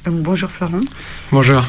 Bonjour Florent. Bonjour.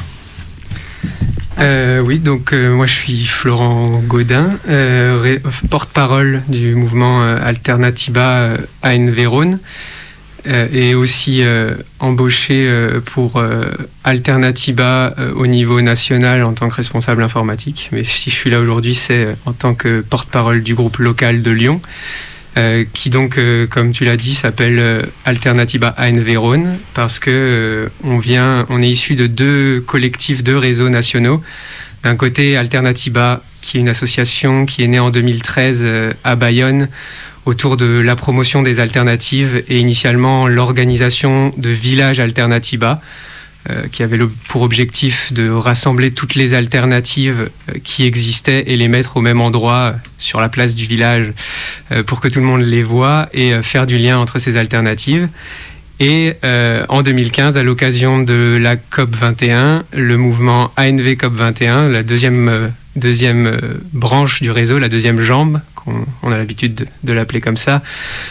Oui, donc moi je suis Florent Gaudin, porte-parole du mouvement Alternatiba ANV Rhône, et aussi embauché pour Alternatiba au niveau national en tant que responsable informatique. Mais si je suis là aujourd'hui, c'est en tant que porte-parole du groupe local de Lyon, qui donc, comme tu l'as dit, s'appelle Alternatiba ANV Rhône, parce que on est issu de deux collectifs, deux réseaux nationaux. D'un côté, Alternatiba, qui est une association qui est née en 2013 à Bayonne, autour de la promotion des alternatives et initialement l'organisation de villages Alternatiba, qui avait pour objectif de rassembler toutes les alternatives qui existaient et les mettre au même endroit sur la place du village pour que tout le monde les voit et faire du lien entre ces alternatives. Et en 2015, à l'occasion de la COP21, le mouvement ANV COP21, la deuxième branche du réseau, la deuxième jambe, on a l'habitude de l'appeler comme ça,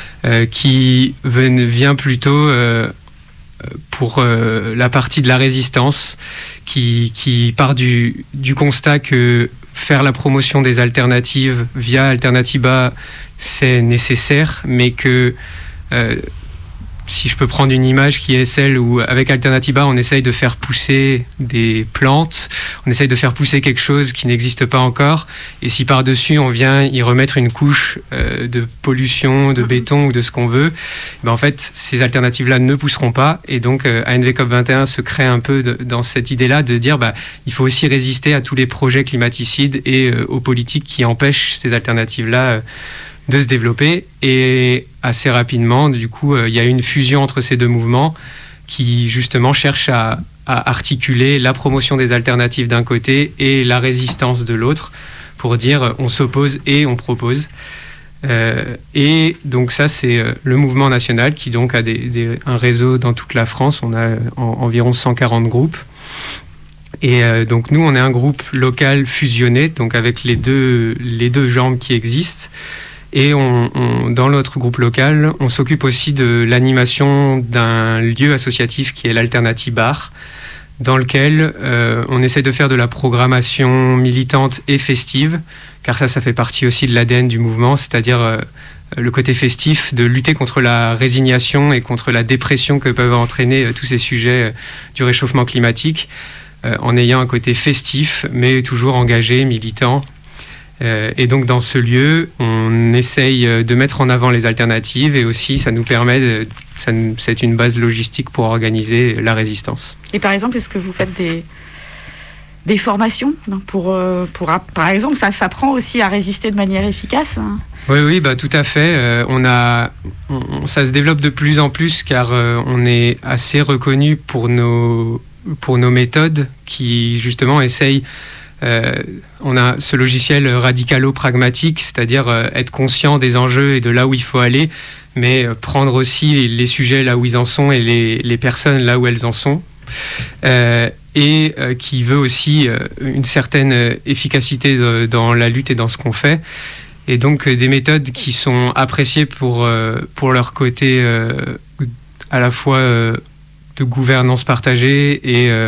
qui vient plutôt pour la partie de la résistance, qui part du constat que faire la promotion des alternatives via Alternatiba, c'est nécessaire, mais que si je peux prendre une image qui est celle où, avec Alternatiba, on essaye de faire pousser des plantes, on essaye de faire pousser quelque chose qui n'existe pas encore, et si par-dessus on vient y remettre une couche de pollution, de béton ou de ce qu'on veut, ben en fait, ces alternatives-là ne pousseront pas, et donc ANV COP21 se crée un peu dans cette idée-là de dire il faut aussi résister à tous les projets climaticides et aux politiques qui empêchent ces alternatives-là de se développer. Et assez rapidement, du coup, il y a une fusion entre ces deux mouvements qui justement cherchent à articuler la promotion des alternatives d'un côté et la résistance de l'autre, pour dire on s'oppose et on propose. Et donc ça, c'est le mouvement national qui donc a un réseau dans toute la France. On a environ 140 groupes. Et donc nous, on est un groupe local fusionné, donc avec les deux jambes qui existent. Et dans notre groupe local, on s'occupe aussi de l'animation d'un lieu associatif qui est l'Alternative Bar, dans lequel on essaie de faire de la programmation militante et festive, car ça fait partie aussi de l'ADN du mouvement, c'est-à-dire le côté festif, de lutter contre la résignation et contre la dépression que peuvent entraîner tous ces sujets du réchauffement climatique, en ayant un côté festif, mais toujours engagé, militant. Et donc dans ce lieu, on essaye de mettre en avant les alternatives et aussi ça nous permet, c'est une base logistique pour organiser la résistance. Et par exemple, est-ce que vous faites des formations pour par exemple, ça s'apprend aussi à résister de manière efficace, hein? Oui, tout à fait. Ça se développe de plus en plus car on est assez reconnu pour nos méthodes qui justement essayent. On a ce logiciel radicalo-pragmatique, c'est-à-dire être conscient des enjeux et de là où il faut aller, mais prendre aussi les sujets là où ils en sont et les personnes là où elles en sont. Et qui veut aussi une certaine efficacité dans la lutte et dans ce qu'on fait. Et donc des méthodes qui sont appréciées pour leur côté à la fois de gouvernance partagée et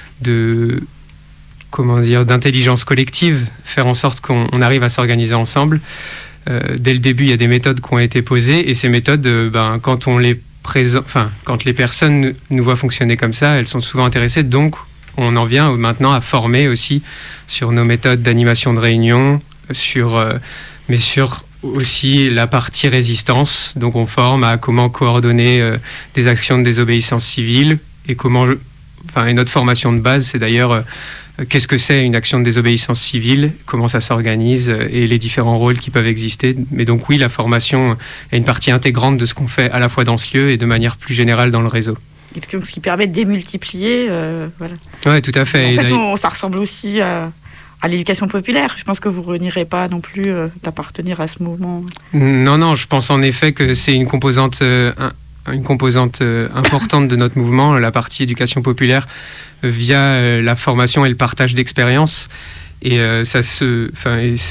d'intelligence collective, faire en sorte qu'on arrive à s'organiser ensemble. Dès le début, il y a des méthodes qui ont été posées et ces méthodes, quand les personnes nous voient fonctionner comme ça, elles sont souvent intéressées. Donc, on en vient maintenant à former aussi sur nos méthodes d'animation de réunion, mais sur aussi la partie résistance. Donc, on forme à comment coordonner des actions de désobéissance civile et et notre formation de base, c'est d'ailleurs qu'est-ce que c'est une action de désobéissance civile, comment ça s'organise et les différents rôles qui peuvent exister. Mais donc oui, la formation est une partie intégrante de ce qu'on fait à la fois dans ce lieu et de manière plus générale dans le réseau. Et donc, ce qui permet de démultiplier, voilà. Oui, tout à fait. En fait, ça ressemble aussi à l'éducation populaire. Je pense que vous ne renierez pas non plus d'appartenir à ce mouvement. Non, je pense en effet que c'est une composante importante de notre mouvement, la partie éducation populaire, via la formation et le partage d'expériences. Et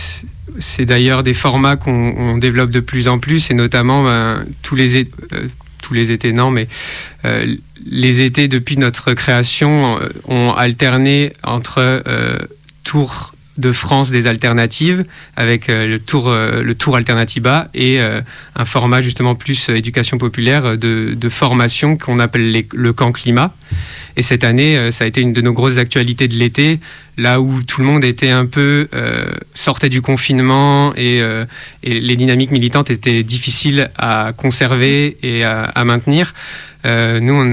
c'est d'ailleurs des formats qu'on développe de plus en plus, et notamment tous les étés, non, mais les étés depuis notre création ont alterné entre Tour de France des alternatives avec le tour Alternatiba et un format justement plus éducation populaire de formation qu'on appelle le camp climat. Et cette année, ça a été une de nos grosses actualités de l'été, là où tout le monde était un peu sortait du confinement et les dynamiques militantes étaient difficiles à conserver et à maintenir. Nous,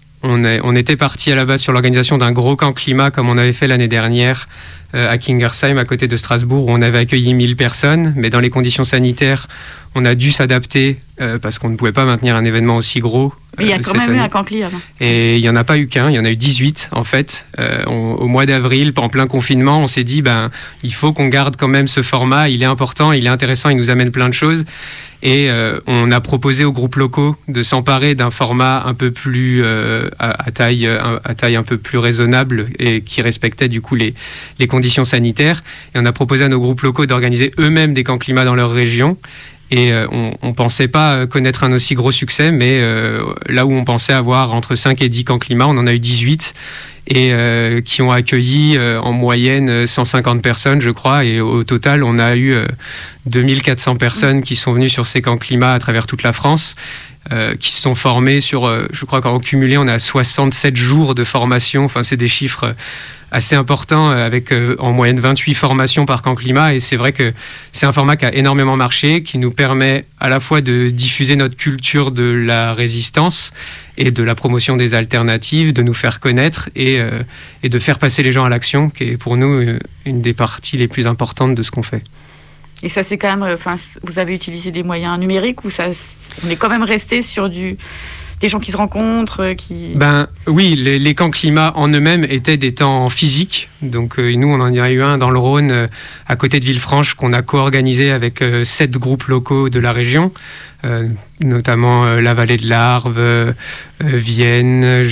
on était parti à la base sur l'organisation d'un gros camp climat comme on avait fait l'année dernière à Kingersheim, à côté de Strasbourg, où on avait accueilli 1000 personnes. Mais dans les conditions sanitaires, on a dû s'adapter parce qu'on ne pouvait pas maintenir un événement aussi gros. Mais il y a quand même eu un camp climat. Et il n'y en a pas eu qu'un, il y en a eu 18 en fait. Au mois d'avril, en plein confinement, on s'est dit il faut qu'on garde quand même ce format, il est important, il est intéressant, il nous amène plein de choses. Et on a proposé aux groupes locaux de s'emparer d'un format un peu plus à taille un peu plus raisonnable et qui respectait du coup les conditions sanitaires. Et on a proposé à nos groupes locaux d'organiser eux-mêmes des camps climat dans leur région. Et on ne pensait pas connaître un aussi gros succès, mais là où on pensait avoir entre 5 et 10 camps climat, on en a eu 18 et qui ont accueilli en moyenne 150 personnes, je crois. Et au total, on a eu 2400 personnes qui sont venues sur ces camps climat à travers toute la France, qui se sont formées sur, je crois qu'en cumulé, on a 67 jours de formation. Enfin, c'est des chiffres assez important avec en moyenne 28 formations par camp climat, et c'est vrai que c'est un format qui a énormément marché, qui nous permet à la fois de diffuser notre culture de la résistance et de la promotion des alternatives, de nous faire connaître et de faire passer les gens à l'action, qui est pour nous une des parties les plus importantes de ce qu'on fait. Et ça, c'est quand même, vous avez utilisé des moyens numériques ou on est quand même resté sur des gens qui se rencontrent, qui... Oui, les camps climat en eux-mêmes étaient des temps physiques. Donc nous, on en a eu un dans le Rhône, à côté de Villefranche, qu'on a co-organisé avec 7 groupes locaux de la région, notamment la vallée de l'Arve, Vienne.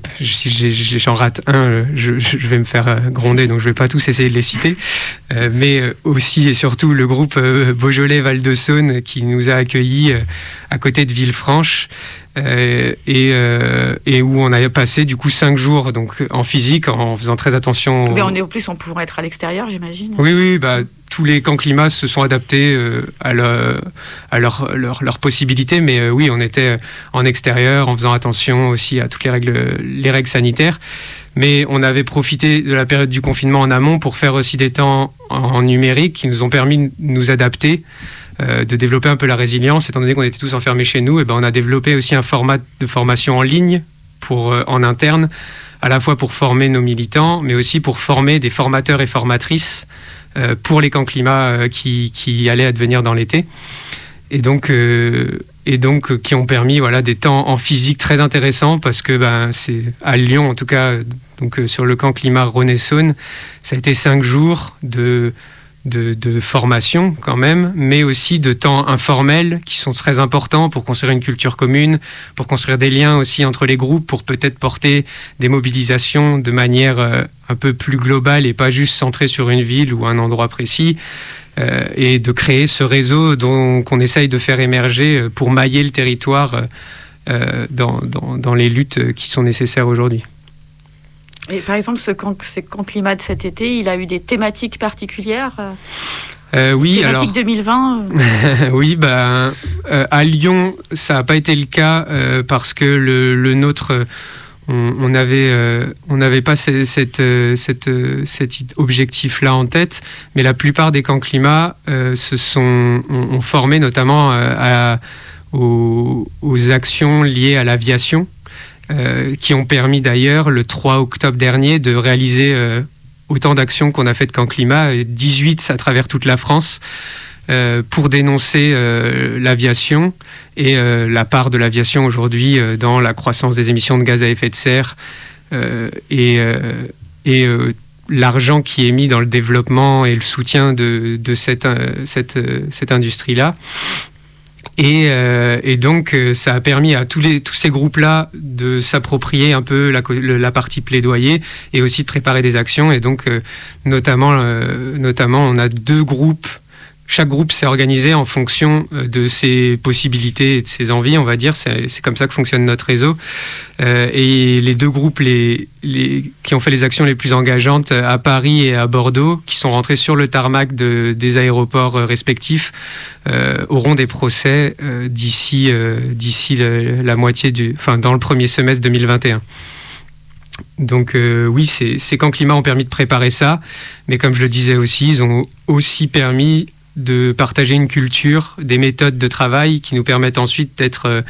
Si j'en rate un, je vais me faire gronder, donc je ne vais pas tous essayer de les citer. Mais aussi et surtout le groupe Beaujolais-Val-de-Saône qui nous a accueillis à côté de Villefranche. Et où on a passé du coup 5 jours donc en physique, en faisant très attention. Mais en plus, on pourrait être à l'extérieur, j'imagine. Oui, tous les camps climat se sont adaptés à leurs possibilités, mais oui, on était en extérieur, en faisant attention aussi à toutes les règles sanitaires. Mais on avait profité de la période du confinement en amont pour faire aussi des temps en numérique qui nous ont permis de nous adapter, de développer un peu la résilience. Étant donné qu'on était tous enfermés chez nous, on a développé aussi un format de formation en ligne en interne, à la fois pour former nos militants, mais aussi pour former des formateurs et formatrices pour les camps climat qui allaient advenir dans l'été. Et donc qui ont permis des temps en physique très intéressants, parce que c'est à Lyon en tout cas, donc sur le camp climat Rhône-et-Saône, ça a été 5 jours de formation quand même, mais aussi de temps informels qui sont très importants pour construire une culture commune, pour construire des liens aussi entre les groupes, pour peut-être porter des mobilisations de manière un peu plus globale et pas juste centrée sur une ville ou un endroit précis, et de créer ce réseau qu'on essaye de faire émerger pour mailler le territoire dans les luttes qui sont nécessaires aujourd'hui. Et par exemple, ce camp climat de cet été, il a eu des thématiques particulières oui, thématique 2020 Oui, à Lyon, ça n'a pas été le cas parce que le nôtre, on n'avait pas cet objectif-là en tête, mais la plupart des camps climat ont formé notamment aux actions liées à l'aviation, qui ont permis d'ailleurs le 3 octobre dernier de réaliser autant d'actions qu'on a fait de camp climat, 18 à travers toute la France, pour dénoncer l'aviation et la part de l'aviation aujourd'hui dans la croissance des émissions de gaz à effet de serre et l'argent qui est mis dans le développement et le soutien de cette industrie-là. Et donc, ça a permis à tous ces groupes-là de s'approprier un peu la partie plaidoyer et aussi de préparer des actions. Et donc, notamment on a 2 groupes chaque groupe s'est organisé en fonction de ses possibilités et de ses envies, on va dire. C'est comme ça que fonctionne notre réseau. Et les deux groupes qui ont fait les actions les plus engageantes à Paris et à Bordeaux, qui sont rentrés sur le tarmac des aéroports respectifs, auront des procès d'ici la moitié dans le premier semestre 2021. Donc oui, ces camps climat ont permis de préparer ça, mais comme je le disais aussi, ils ont aussi permis de partager une culture, des méthodes de travail qui nous permettent ensuite d'être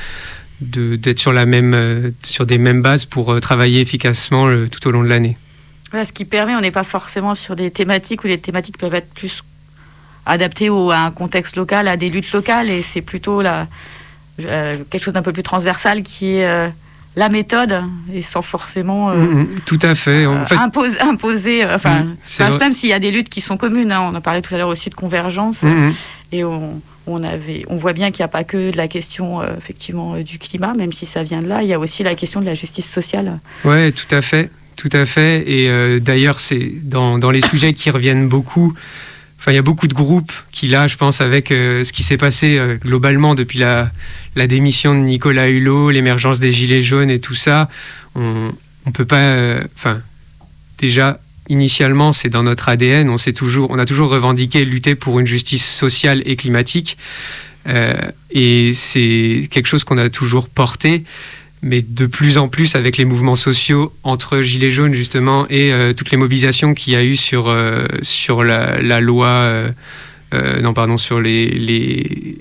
sur des mêmes bases pour travailler efficacement tout au long de l'année. Voilà, ce qui permet, on n'est pas forcément sur des thématiques où les thématiques peuvent être plus adaptées à un contexte local, à des luttes locales, et c'est plutôt quelque chose d'un peu plus transversal qui est la méthode, et sans forcément tout à fait. En fait, imposer même s'il y a des luttes qui sont communes, hein. On a parlé tout à l'heure aussi de convergence, et on voit bien qu'il n'y a pas que de la question effectivement du climat, même si ça vient de là, il y a aussi la question de la justice sociale. Ouais, tout à fait. Et d'ailleurs, c'est dans les sujets qui reviennent beaucoup. Enfin, il y a beaucoup de groupes qui, là, je pense, avec ce qui s'est passé globalement depuis la démission de Nicolas Hulot, l'émergence des Gilets jaunes et tout ça, on peut pas... déjà, initialement, c'est dans notre ADN. On a toujours revendiqué lutter pour une justice sociale et climatique. Et c'est quelque chose qu'on a toujours porté. Mais de plus en plus, avec les mouvements sociaux entre Gilets jaunes, justement, et toutes les mobilisations qu'il y a eu sur la loi... sur les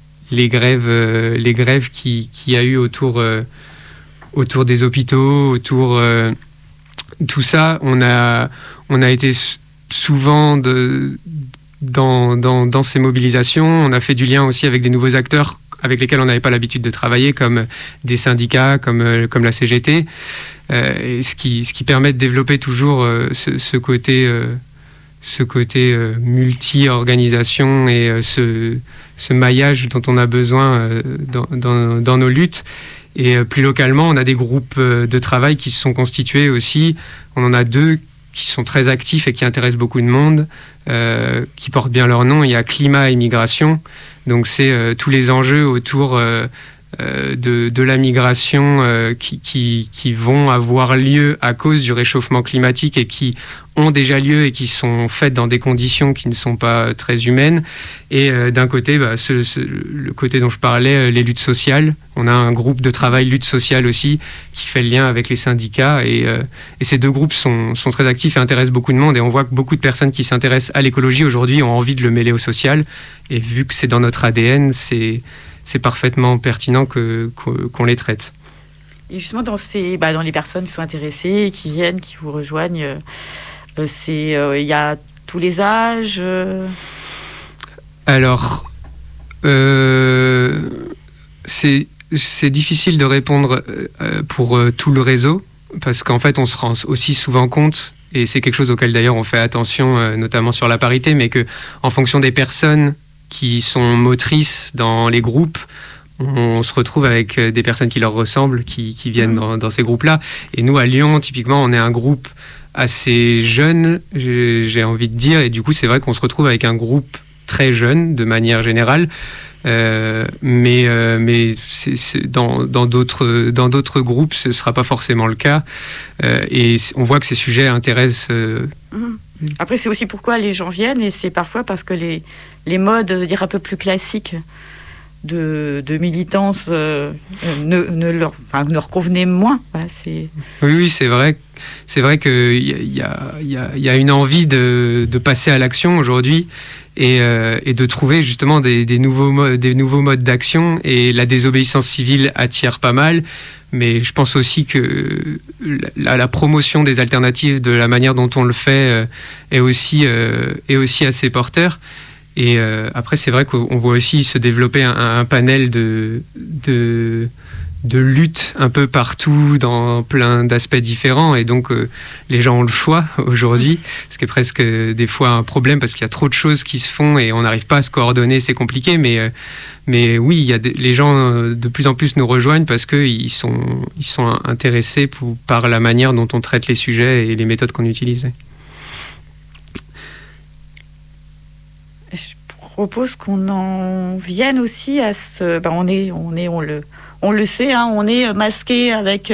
grèves qu'il y a eu autour des hôpitaux, tout ça, on a été souvent dans ces mobilisations. On a fait du lien aussi avec des nouveaux acteurs avec lesquels on n'avait pas l'habitude de travailler, comme des syndicats, comme la CGT, et ce qui permet de développer toujours ce côté multi-organisation et ce maillage dont on a besoin dans nos luttes. Et plus localement, on a des groupes de travail qui se sont constitués aussi. On en a 2 qui sont très actifs et qui intéressent beaucoup de monde, qui portent bien leur nom. Il y a Climat et Migration. Donc c'est tous les enjeux autour de la migration qui vont avoir lieu à cause du réchauffement climatique et qui ont déjà lieu et qui sont faites dans des conditions qui ne sont pas très humaines. Et d'un côté, le côté dont je parlais, les luttes sociales. On a un groupe de travail lutte sociale aussi qui fait le lien avec les syndicats. Et ces 2 groupes sont très actifs et intéressent beaucoup de monde. Et on voit que beaucoup de personnes qui s'intéressent à l'écologie aujourd'hui ont envie de le mêler au social. Et vu que c'est dans notre ADN, c'est parfaitement pertinent qu'on les traite. Et justement, dans les personnes qui sont intéressées, qui viennent, qui vous rejoignent, il y a tous les âges Alors, c'est difficile de répondre pour tout le réseau, parce qu'en fait, on se rend aussi souvent compte, et c'est quelque chose auquel d'ailleurs on fait attention, notamment sur la parité, mais qu'en fonction des personnes qui sont motrices dans les groupes, on se retrouve avec des personnes qui leur ressemblent, qui viennent dans ces groupes-là. Et nous, à Lyon, typiquement, on est un groupe assez jeune, j'ai envie de dire, et du coup, c'est vrai qu'on se retrouve avec un groupe très jeune, de manière générale, mais dans d'autres groupes, ce ne sera pas forcément le cas. Et on voit que ces sujets intéressent... Après, c'est aussi pourquoi les gens viennent, et c'est parfois parce que les modes, un peu plus classiques de militance ne leur convenaient moins. Voilà, Oui, c'est vrai. C'est vrai qu'il y a une envie de passer à l'action aujourd'hui et de trouver justement des nouveaux modes d'action, et la désobéissance civile attire pas mal. Mais je pense aussi que la promotion des alternatives, de la manière dont on le fait, est aussi assez porteur. Et après, c'est vrai qu'on voit aussi se développer un panel de lutte un peu partout, dans plein d'aspects différents. Et donc, les gens ont le choix aujourd'hui, ce qui est presque des fois un problème, parce qu'il y a trop de choses qui se font et on n'arrive pas à se coordonner, c'est compliqué. Mais oui, les gens de plus en plus nous rejoignent parce qu'ils sont intéressés par la manière dont on traite les sujets et les méthodes qu'on utilise. propose qu'on en vienne aussi à ce... on le sait, hein, on est masqué avec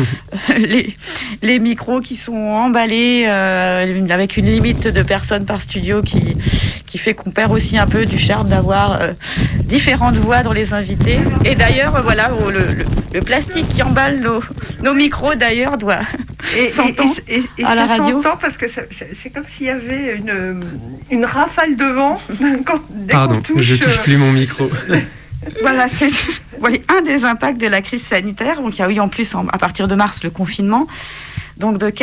les micros qui sont emballés, avec une limite de personnes par studio qui fait qu'on perd aussi un peu du charme d'avoir différentes voix dans les invités. Et d'ailleurs, voilà, le plastique qui emballe nos micros, d'ailleurs, doit s'entendre à la radio. Ça s'entend parce que c'est comme s'il y avait une rafale de vent. Pardon, je touche plus mon micro. Voilà, c'est un des impacts de la crise sanitaire. Donc, il y a eu en plus, à partir de mars, le confinement. Donc, de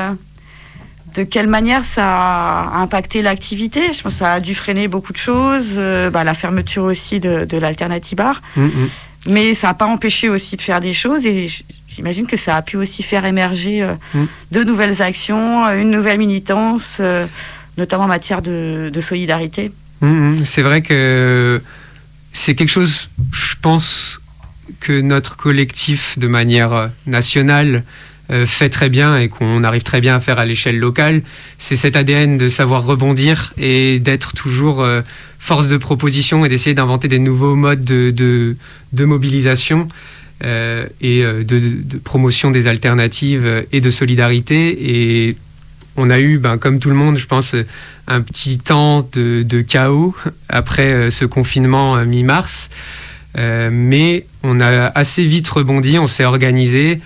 quelle manière ça a impacté l'activité? Je pense que ça a dû freiner beaucoup de choses. La fermeture aussi de l'Alternative Bar. Mais ça n'a pas empêché aussi de faire des choses. Et j'imagine que ça a pu aussi faire émerger de nouvelles actions, une nouvelle militance, notamment en matière de solidarité. C'est vrai que c'est quelque chose, je pense, que notre collectif, de manière nationale, fait très bien et qu'on arrive très bien à faire à l'échelle locale. C'est cet ADN de savoir rebondir et d'être toujours force de proposition et d'essayer d'inventer des nouveaux modes de mobilisation et de promotion des alternatives et de solidarité. Et on a eu, comme tout le monde, je pense, un petit temps de chaos après ce confinement mi-mars. Mais on a assez vite rebondi, on s'est organisé.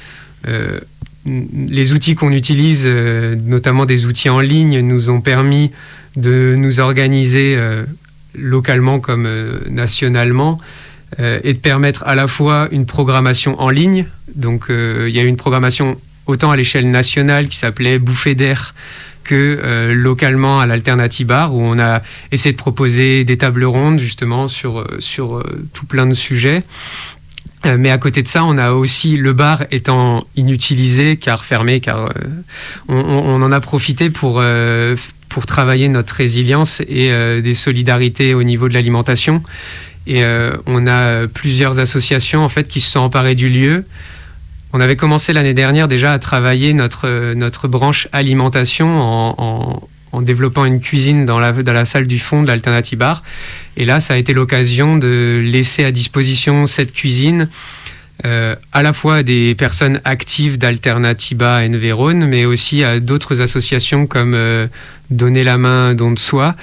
Les outils qu'on utilise, notamment des outils en ligne, nous ont permis de nous organiser localement comme nationalement et de permettre à la fois une programmation en ligne. Donc il y a eu une programmation autant à l'échelle nationale qui s'appelait Bouffée d'air que localement à l'Alternative Bar, où on a essayé de proposer des tables rondes justement sur tout plein de sujets. Mais à côté de ça, on a aussi le bar étant inutilisé, car fermé, car on en a profité pour travailler notre résilience et des solidarités au niveau de l'alimentation. Et on a plusieurs associations en fait qui se sont emparées du lieu. On avait commencé l'année dernière déjà à travailler notre branche alimentation en développant une cuisine dans la salle du fond de l'Alternative Bar. Et là, ça a été l'occasion de laisser à disposition cette cuisine à la fois à des personnes actives d'Alternativa en Vérone, mais aussi à d'autres associations comme Donner la main, don de soi,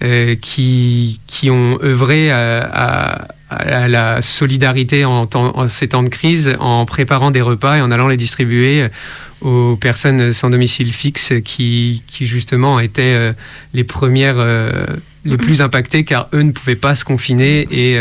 qui ont œuvré à la solidarité en ces temps de crise, en préparant des repas et en allant les distribuer aux personnes sans domicile fixe qui justement étaient les premières, les plus impactées, car eux ne pouvaient pas se confiner et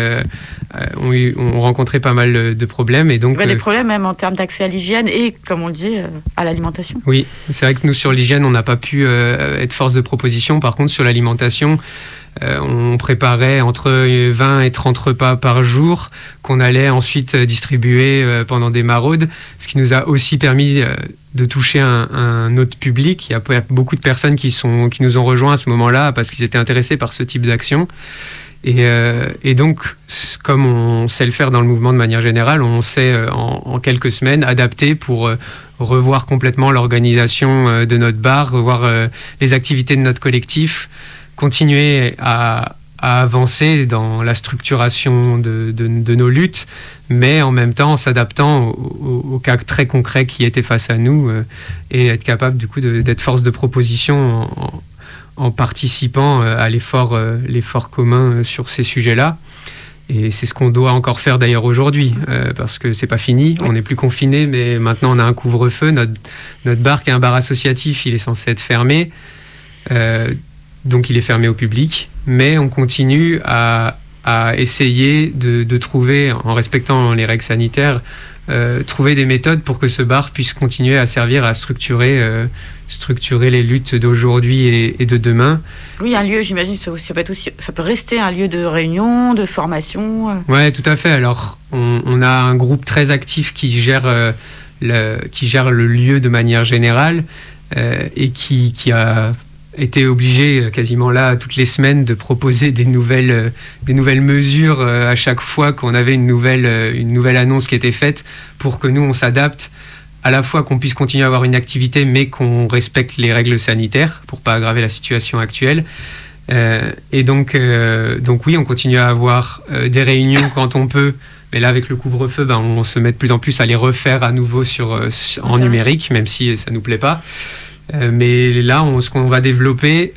ont rencontré pas mal de problèmes. Et donc, des problèmes même en termes d'accès à l'hygiène et, comme on le dit, à l'alimentation. Oui, c'est vrai que nous, sur l'hygiène, on n'a pas pu être force de proposition. Par contre, sur l'alimentation, on préparait entre 20 et 30 repas par jour qu'on allait ensuite distribuer pendant des maraudes, ce qui nous a aussi permis de toucher un autre public. Il y a beaucoup de personnes qui nous ont rejoints à ce moment-là parce qu'ils étaient intéressés par ce type d'action. Et donc, comme on sait le faire dans le mouvement de manière générale, on s'est en quelques semaines adapté pour revoir complètement l'organisation de notre bar, revoir les activités de notre collectif, continuer à avancer dans la structuration de nos luttes, mais en même temps en s'adaptant aux cas très concrets qui étaient face à nous et être capable du coup d'être force de proposition en participant à l'effort commun sur ces sujets-là. Et c'est ce qu'on doit encore faire d'ailleurs aujourd'hui, parce que c'est pas fini, on n'est plus confiné, mais maintenant on a un couvre-feu. Notre bar, qui est un bar associatif, il est censé être fermé. Donc il est fermé au public, mais on continue à essayer de trouver, en respectant les règles sanitaires, trouver des méthodes pour que ce bar puisse continuer à servir à structurer les luttes d'aujourd'hui et de demain. Oui, un lieu, j'imagine, ça peut rester un lieu de réunion, de formation. Oui, tout à fait. Alors, on a un groupe très actif qui gère le lieu de manière générale et qui a été obligé quasiment là toutes les semaines de proposer des nouvelles mesures à chaque fois qu'on avait une nouvelle annonce qui était faite, pour que nous on s'adapte, à la fois qu'on puisse continuer à avoir une activité mais qu'on respecte les règles sanitaires pour pas aggraver la situation actuelle. Et donc oui, on continue à avoir des réunions quand on peut. Mais là, avec le couvre-feu, on se met de plus en plus à les refaire à nouveau en numérique, même si ça ne nous plaît pas. Mais là, ce qu'on va développer,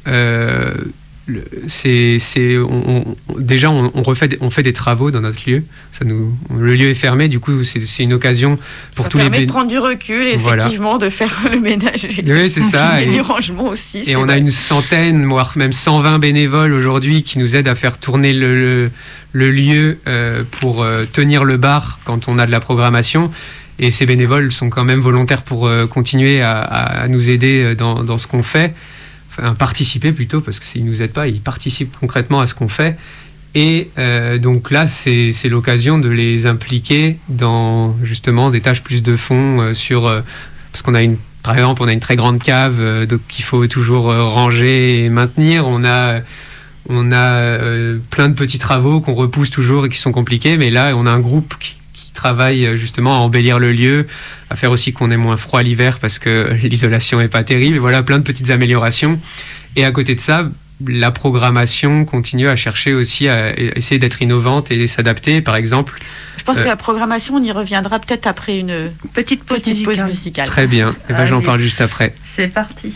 déjà, on fait des travaux dans notre lieu. Le lieu est fermé, du coup, c'est une occasion pour tous les... Ça permet de prendre du recul et effectivement de faire le ménage. Oui, c'est ça. Et du rangement aussi. Et on a une centaine, voire même 120 bénévoles aujourd'hui qui nous aident à faire tourner le lieu pour tenir le bar quand on a de la programmation. Et ces bénévoles sont quand même volontaires pour continuer à nous aider dans ce qu'on fait. Enfin, participer plutôt, parce qu'ils ne nous aident pas, ils participent concrètement à ce qu'on fait. Et donc là, c'est l'occasion de les impliquer dans justement des tâches plus de fond parce qu'on a par exemple, on a une très grande cave qu'il faut toujours ranger et maintenir. On a plein de petits travaux qu'on repousse toujours et qui sont compliqués, mais là, on a un groupe qui travaille justement à embellir le lieu, à faire aussi qu'on ait moins froid l'hiver parce que l'isolation n'est pas terrible. Voilà, plein de petites améliorations. Et à côté de ça, la programmation continue à chercher aussi à essayer d'être innovante et s'adapter. Par exemple, je pense que la programmation, on y reviendra peut-être après une petite pause musicale. Très bien. Et j'en parle juste après. C'est parti.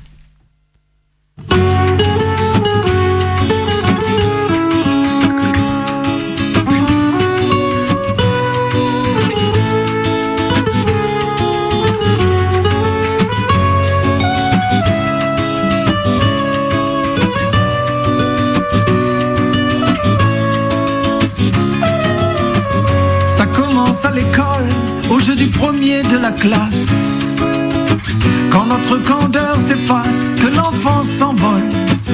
À l'école, au jeu du premier de la classe, quand notre candeur s'efface, que l'enfant s'envole.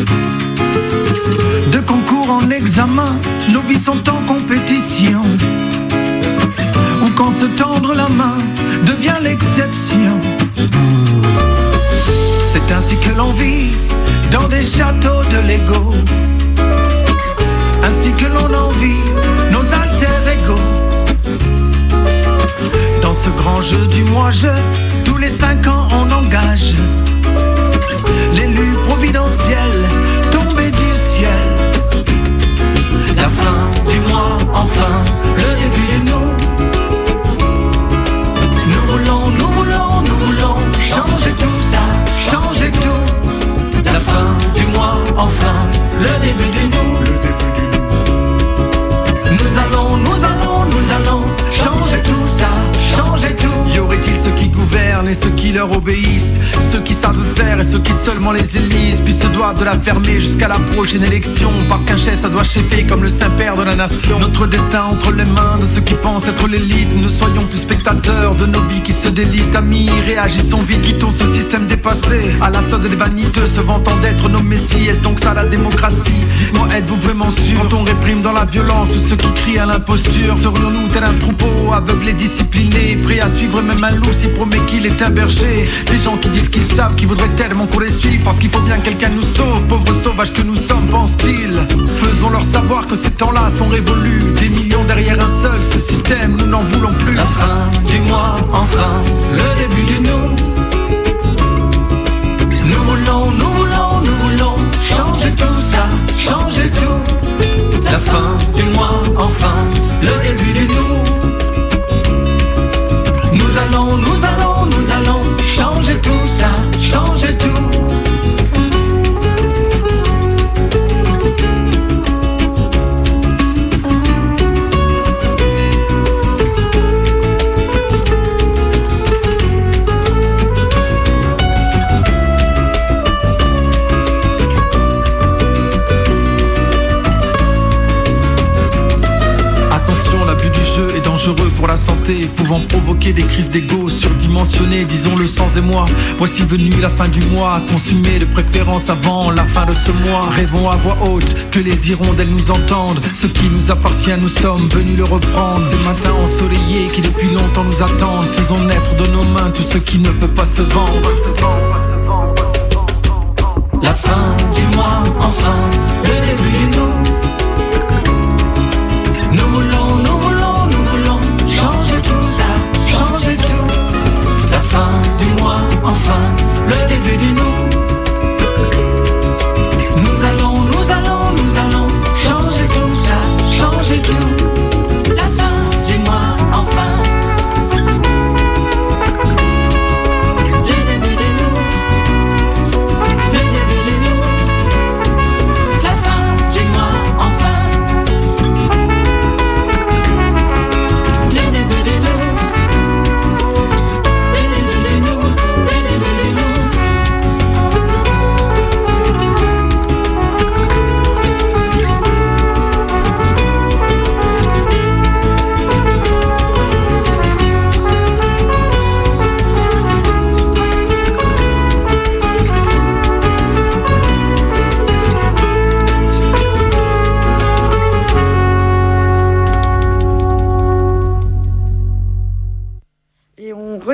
De concours en examen, nos vies sont en compétition, ou quand se tendre la main devient l'exception. C'est ainsi que l'on vit dans des châteaux de Lego, ainsi que l'on en vit nos alter ego. Dans ce grand jeu du moi-je, tous les 5 ans on engage l'élu providentiel tombé du ciel. La fin du mois, enfin, le début du nous. Nous voulons, nous voulons, nous voulons changer tout ça, changer tout. La fin du mois, enfin, le début du nous. Nous allons, nous allons, nous allons changer tout ça, changer tout. Y aurait-il ceux qui gouvernent et ceux qui leur obéissent, ceux qui savent faire et ceux qui seulement les élisent, puis se doivent de la fermer jusqu'à la prochaine élection, parce qu'un chef ça doit chefer comme le Saint-Père de la nation. Notre destin entre les mains de ceux qui pensent être l'élite. Ne soyons plus spectateurs de nos vies qui se délitent. Amis, réagissons vite, quittons ce système dépassé, à la solde des vaniteux se vantant d'être nos messies. Est-ce donc ça la démocratie? Dites-moi, êtes-vous vraiment sûr? Quand on réprime dans la violence tous ceux qui crient à l'imposture, serions-nous tel un troupeau aveugle et discipliné, prêt à suivre même un loup s'il promet qu'il est un berger? Des gens qui disent qu'ils savent, qui voudraient tellement qu'on les suive, parce qu'il faut bien que quelqu'un nous sauve, pauvres sauvages que nous sommes, pensent-ils. Faisons-leur savoir que ces temps-là sont révolus, des millions derrière un seul, ce système nous n'en voulons plus. La fin du mois, enfin, le début du nous. Nous voulons, nous voulons, nous voulons changer tout ça, changer tout. La fin du mois, enfin, le début du nous. Nous allons, nous allons, nous allons changer tout ça, changer tout. Est dangereux pour la santé, pouvant provoquer des crises d'ego surdimensionnées, disons-le sans émoi. Voici venue la fin du mois, consumée de préférence avant la fin de ce mois. Rêvons à voix haute que les hirondelles nous entendent, ce qui nous appartient nous sommes venus le reprendre. Ces matins ensoleillés qui depuis longtemps nous attendent, faisons naître de nos mains tout ce qui ne peut pas se vendre. La fin du mois, enfin, le début du nous. Nous voulons, nous voulons, nous voulons changer tout ça, changer tout. La fin du mois, enfin, le début du nous. Nous allons, nous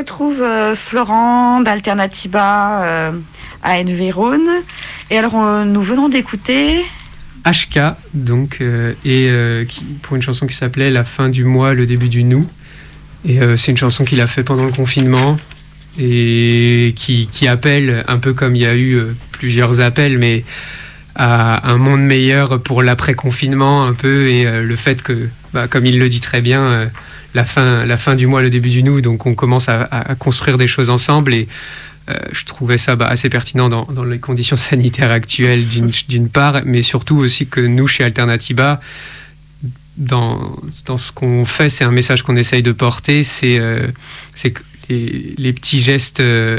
retrouve Florent d'Alternativa à Enverone. Et alors, nous venons d'écouter... HK, donc, pour une chanson qui s'appelait La fin du mois, le début du nous. Et c'est une chanson qu'il a fait pendant le confinement et qui appelle, un peu comme il y a eu plusieurs appels, mais à un monde meilleur pour l'après-confinement un peu, et le fait que, comme il le dit très bien, la fin du mois, le début du nous, donc on commence à construire des choses ensemble, et je trouvais ça assez pertinent dans les conditions sanitaires actuelles d'une part, mais surtout aussi que nous, chez Alternativa, dans ce qu'on fait, c'est un message qu'on essaye de porter, c'est que les petits gestes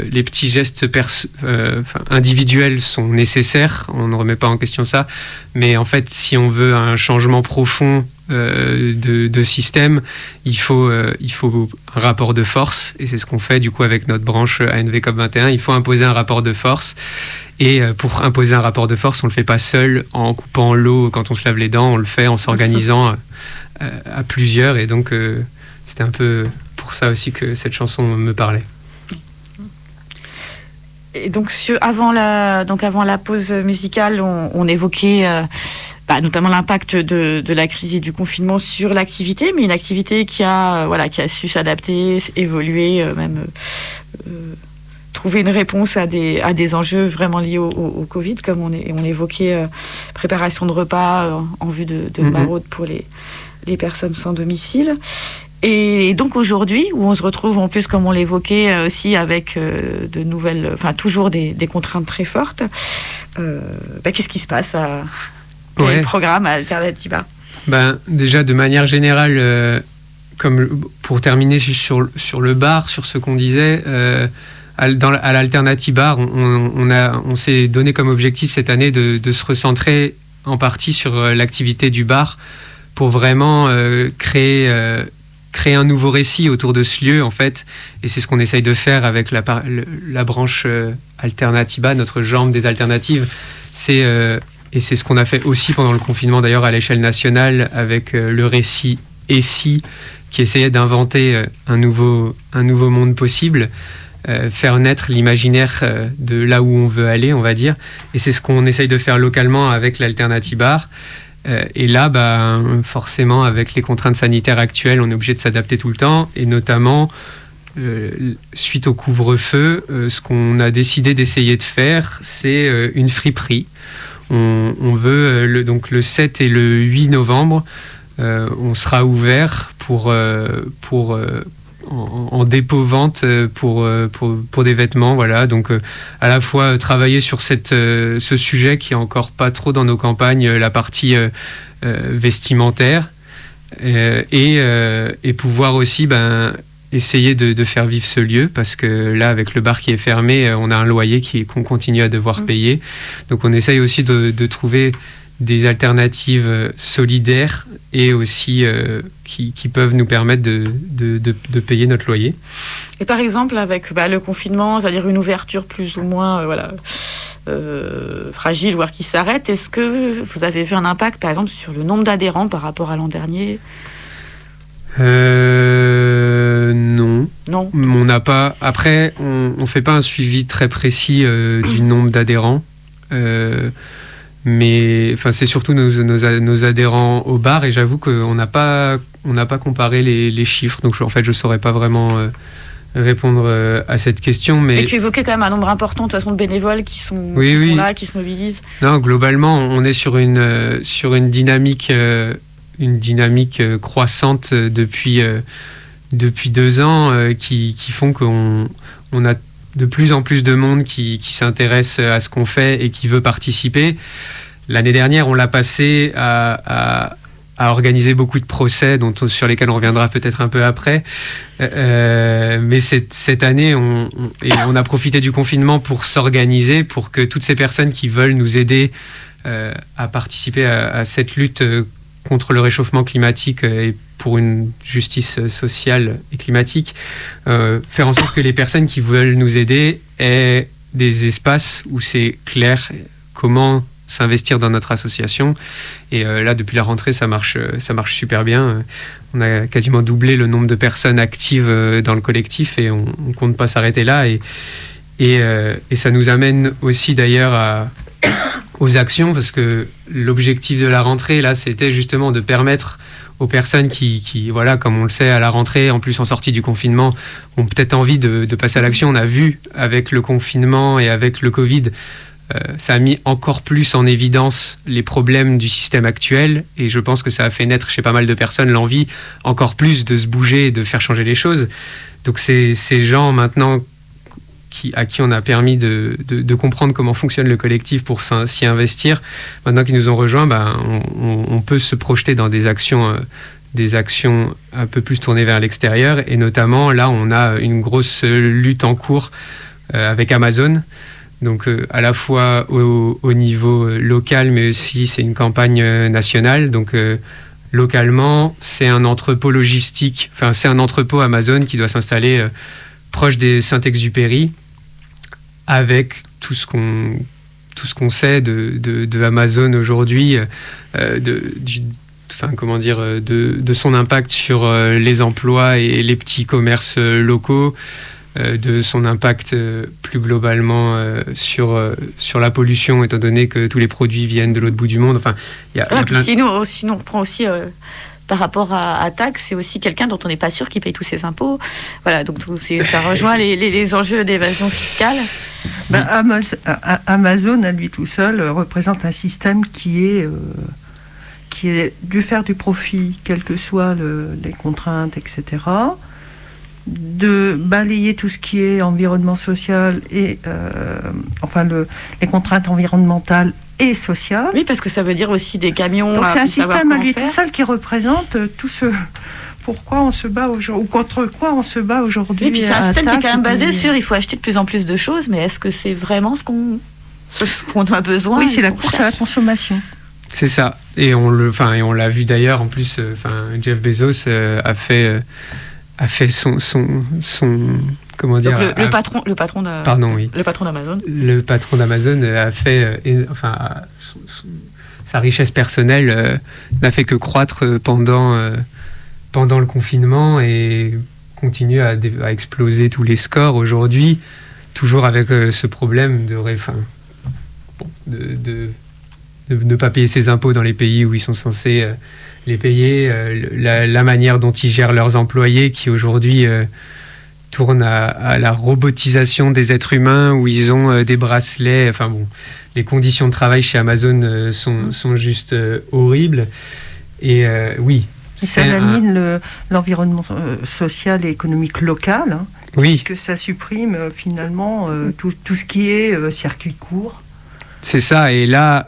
individuels sont nécessaires, on ne remet pas en question ça, mais en fait, si on veut un changement profond de système, il faut un rapport de force, et c'est ce qu'on fait du coup avec notre branche ANV COP21. Il faut imposer un rapport de force, et pour imposer un rapport de force, on le fait pas seul en coupant l'eau quand on se lave les dents, on le fait en s'organisant à plusieurs, et donc c'était un peu pour ça aussi que cette chanson me parlait. Et donc avant la pause musicale, on évoquait notamment l'impact de la crise et du confinement sur l'activité, mais une activité qui a su s'adapter, évoluer, même trouver une réponse à des enjeux vraiment liés au Covid, comme on évoquait préparation de repas en vue de maraude pour les personnes sans domicile. Et donc aujourd'hui, où on se retrouve en plus, comme on l'évoquait aussi, avec de nouvelles, toujours des contraintes très fortes, qu'est-ce qui se passe quel est le programme à Alternativa? Déjà, de manière générale, comme pour terminer sur le bar, sur ce qu'on disait, à l'Alternativa, on s'est donné comme objectif cette année de se recentrer en partie sur l'activité du bar pour vraiment créer un nouveau récit autour de ce lieu, en fait, et c'est ce qu'on essaye de faire avec la branche Alternativa, notre jambe des alternatives. Et c'est ce qu'on a fait aussi pendant le confinement, d'ailleurs, à l'échelle nationale, avec le récit Et si, qui essayait d'inventer un nouveau monde possible, faire naître l'imaginaire de là où on veut aller, on va dire. Et c'est ce qu'on essaye de faire localement avec l'Alternativa. Et là, forcément, avec les contraintes sanitaires actuelles, on est obligé de s'adapter tout le temps. Et notamment, suite au couvre-feu, ce qu'on a décidé d'essayer de faire, c'est une friperie. On veut, donc le 7 et le 8 novembre, on sera ouvert en dépôt-vente pour des vêtements, voilà. Donc à la fois travailler sur ce sujet qui est encore pas trop dans nos campagnes, la partie vestimentaire, et pouvoir aussi essayer de faire vivre ce lieu, parce que là, avec le bar qui est fermé, on a un loyer qu'on continue à devoir payer. Donc on essaye aussi de trouver des alternatives solidaires et aussi qui peuvent nous permettre de payer notre loyer. Et par exemple, avec le confinement, c'est-à-dire une ouverture plus ou moins fragile, voire qui s'arrête, est-ce que vous avez vu un impact, par exemple, sur le nombre d'adhérents par rapport à l'an dernier ? Non. On n'a pas. Après, on fait pas un suivi très précis du nombre d'adhérents. Mais c'est surtout nos adhérents au bar, et j'avoue qu'on n'a pas comparé les chiffres, donc en fait je saurais pas vraiment répondre à cette question. Mais et tu évoquais quand même un nombre important de toute façon de bénévoles qui sont là, qui se mobilisent. Non, globalement on est sur une dynamique croissante depuis 2 ans qui font qu'on a de plus en plus de monde qui s'intéresse à ce qu'on fait et qui veut participer. L'année dernière, on l'a passé à organiser beaucoup de procès sur lesquels on reviendra peut-être un peu après. Mais cette année, on a profité du confinement pour s'organiser, pour que toutes ces personnes qui veulent nous aider à participer à cette lutte contre le réchauffement climatique et pour une justice sociale et climatique, faire en sorte que les personnes qui veulent nous aider aient des espaces où c'est clair comment s'investir dans notre association. Et là, depuis la rentrée, ça marche super bien. on a quasiment doublé le nombre de personnes actives dans le collectif et on ne compte pas s'arrêter là. Et ça nous amène aussi d'ailleurs aux actions, parce que l'objectif de la rentrée, là, c'était justement de permettre aux personnes qui, voilà, comme on le sait, à la rentrée, en plus en sortie du confinement, ont peut-être envie de passer à l'action. On a vu avec le confinement et avec le Covid, ça a mis encore plus en évidence les problèmes du système actuel, et je pense que ça a fait naître chez pas mal de personnes l'envie encore plus de se bouger et de faire changer les choses. Donc ces gens maintenant à qui on a permis de comprendre comment fonctionne le collectif pour s'y investir, maintenant qu'ils nous ont rejoints, on peut se projeter dans des actions un peu plus tournées vers l'extérieur, et notamment là on a une grosse lutte en cours avec Amazon. Donc à la fois au niveau local, mais aussi c'est une campagne nationale. Donc localement, c'est un entrepôt logistique, enfin c'est un entrepôt Amazon qui doit s'installer proche des Saint-Exupéry, avec tout ce qu'on sait de Amazon aujourd'hui, de son impact sur les emplois et les petits commerces locaux, de son impact plus globalement sur la pollution, étant donné que tous les produits viennent de l'autre bout du monde. Enfin, sinon on reprend aussi par rapport à Tag, c'est aussi quelqu'un dont on n'est pas sûr qu'il paye tous ses impôts. Voilà, donc ça rejoint les enjeux d'évasion fiscale. Amazon, à lui tout seul, représente un système qui est dû faire du profit, quelles que soient les contraintes, etc., de balayer tout ce qui est environnement social et les contraintes environnementales et sociales. Oui, parce que ça veut dire aussi des camions. Donc c'est un système à lui tout seul qui représente tout ce pourquoi on se bat aujourd'hui, ou contre quoi on se bat aujourd'hui. Et puis c'est un système qui est quand même basé sur il faut acheter de plus en plus de choses, mais est-ce que c'est vraiment ce qu'on a besoin? Oui, c'est la course à la consommation. C'est ça. Et on l'a vu d'ailleurs, en plus, Jeff Bezos a fait son comment dire, le patron d'Amazon. Le patron d'Amazon a fait sa richesse personnelle n'a fait que croître pendant le confinement et continue à exploser tous les scores aujourd'hui, toujours avec ce problème de ne pas payer ses impôts dans les pays où ils sont censés les payer, la manière dont ils gèrent leurs employés qui aujourd'hui tournent à la robotisation des êtres humains, où ils ont des bracelets. Enfin bon, les conditions de travail chez Amazon sont juste horribles. Et oui. Et ça lamine l'environnement social et économique local, hein, oui. Puisque ça supprime finalement tout ce qui est circuit court. C'est ça, et là,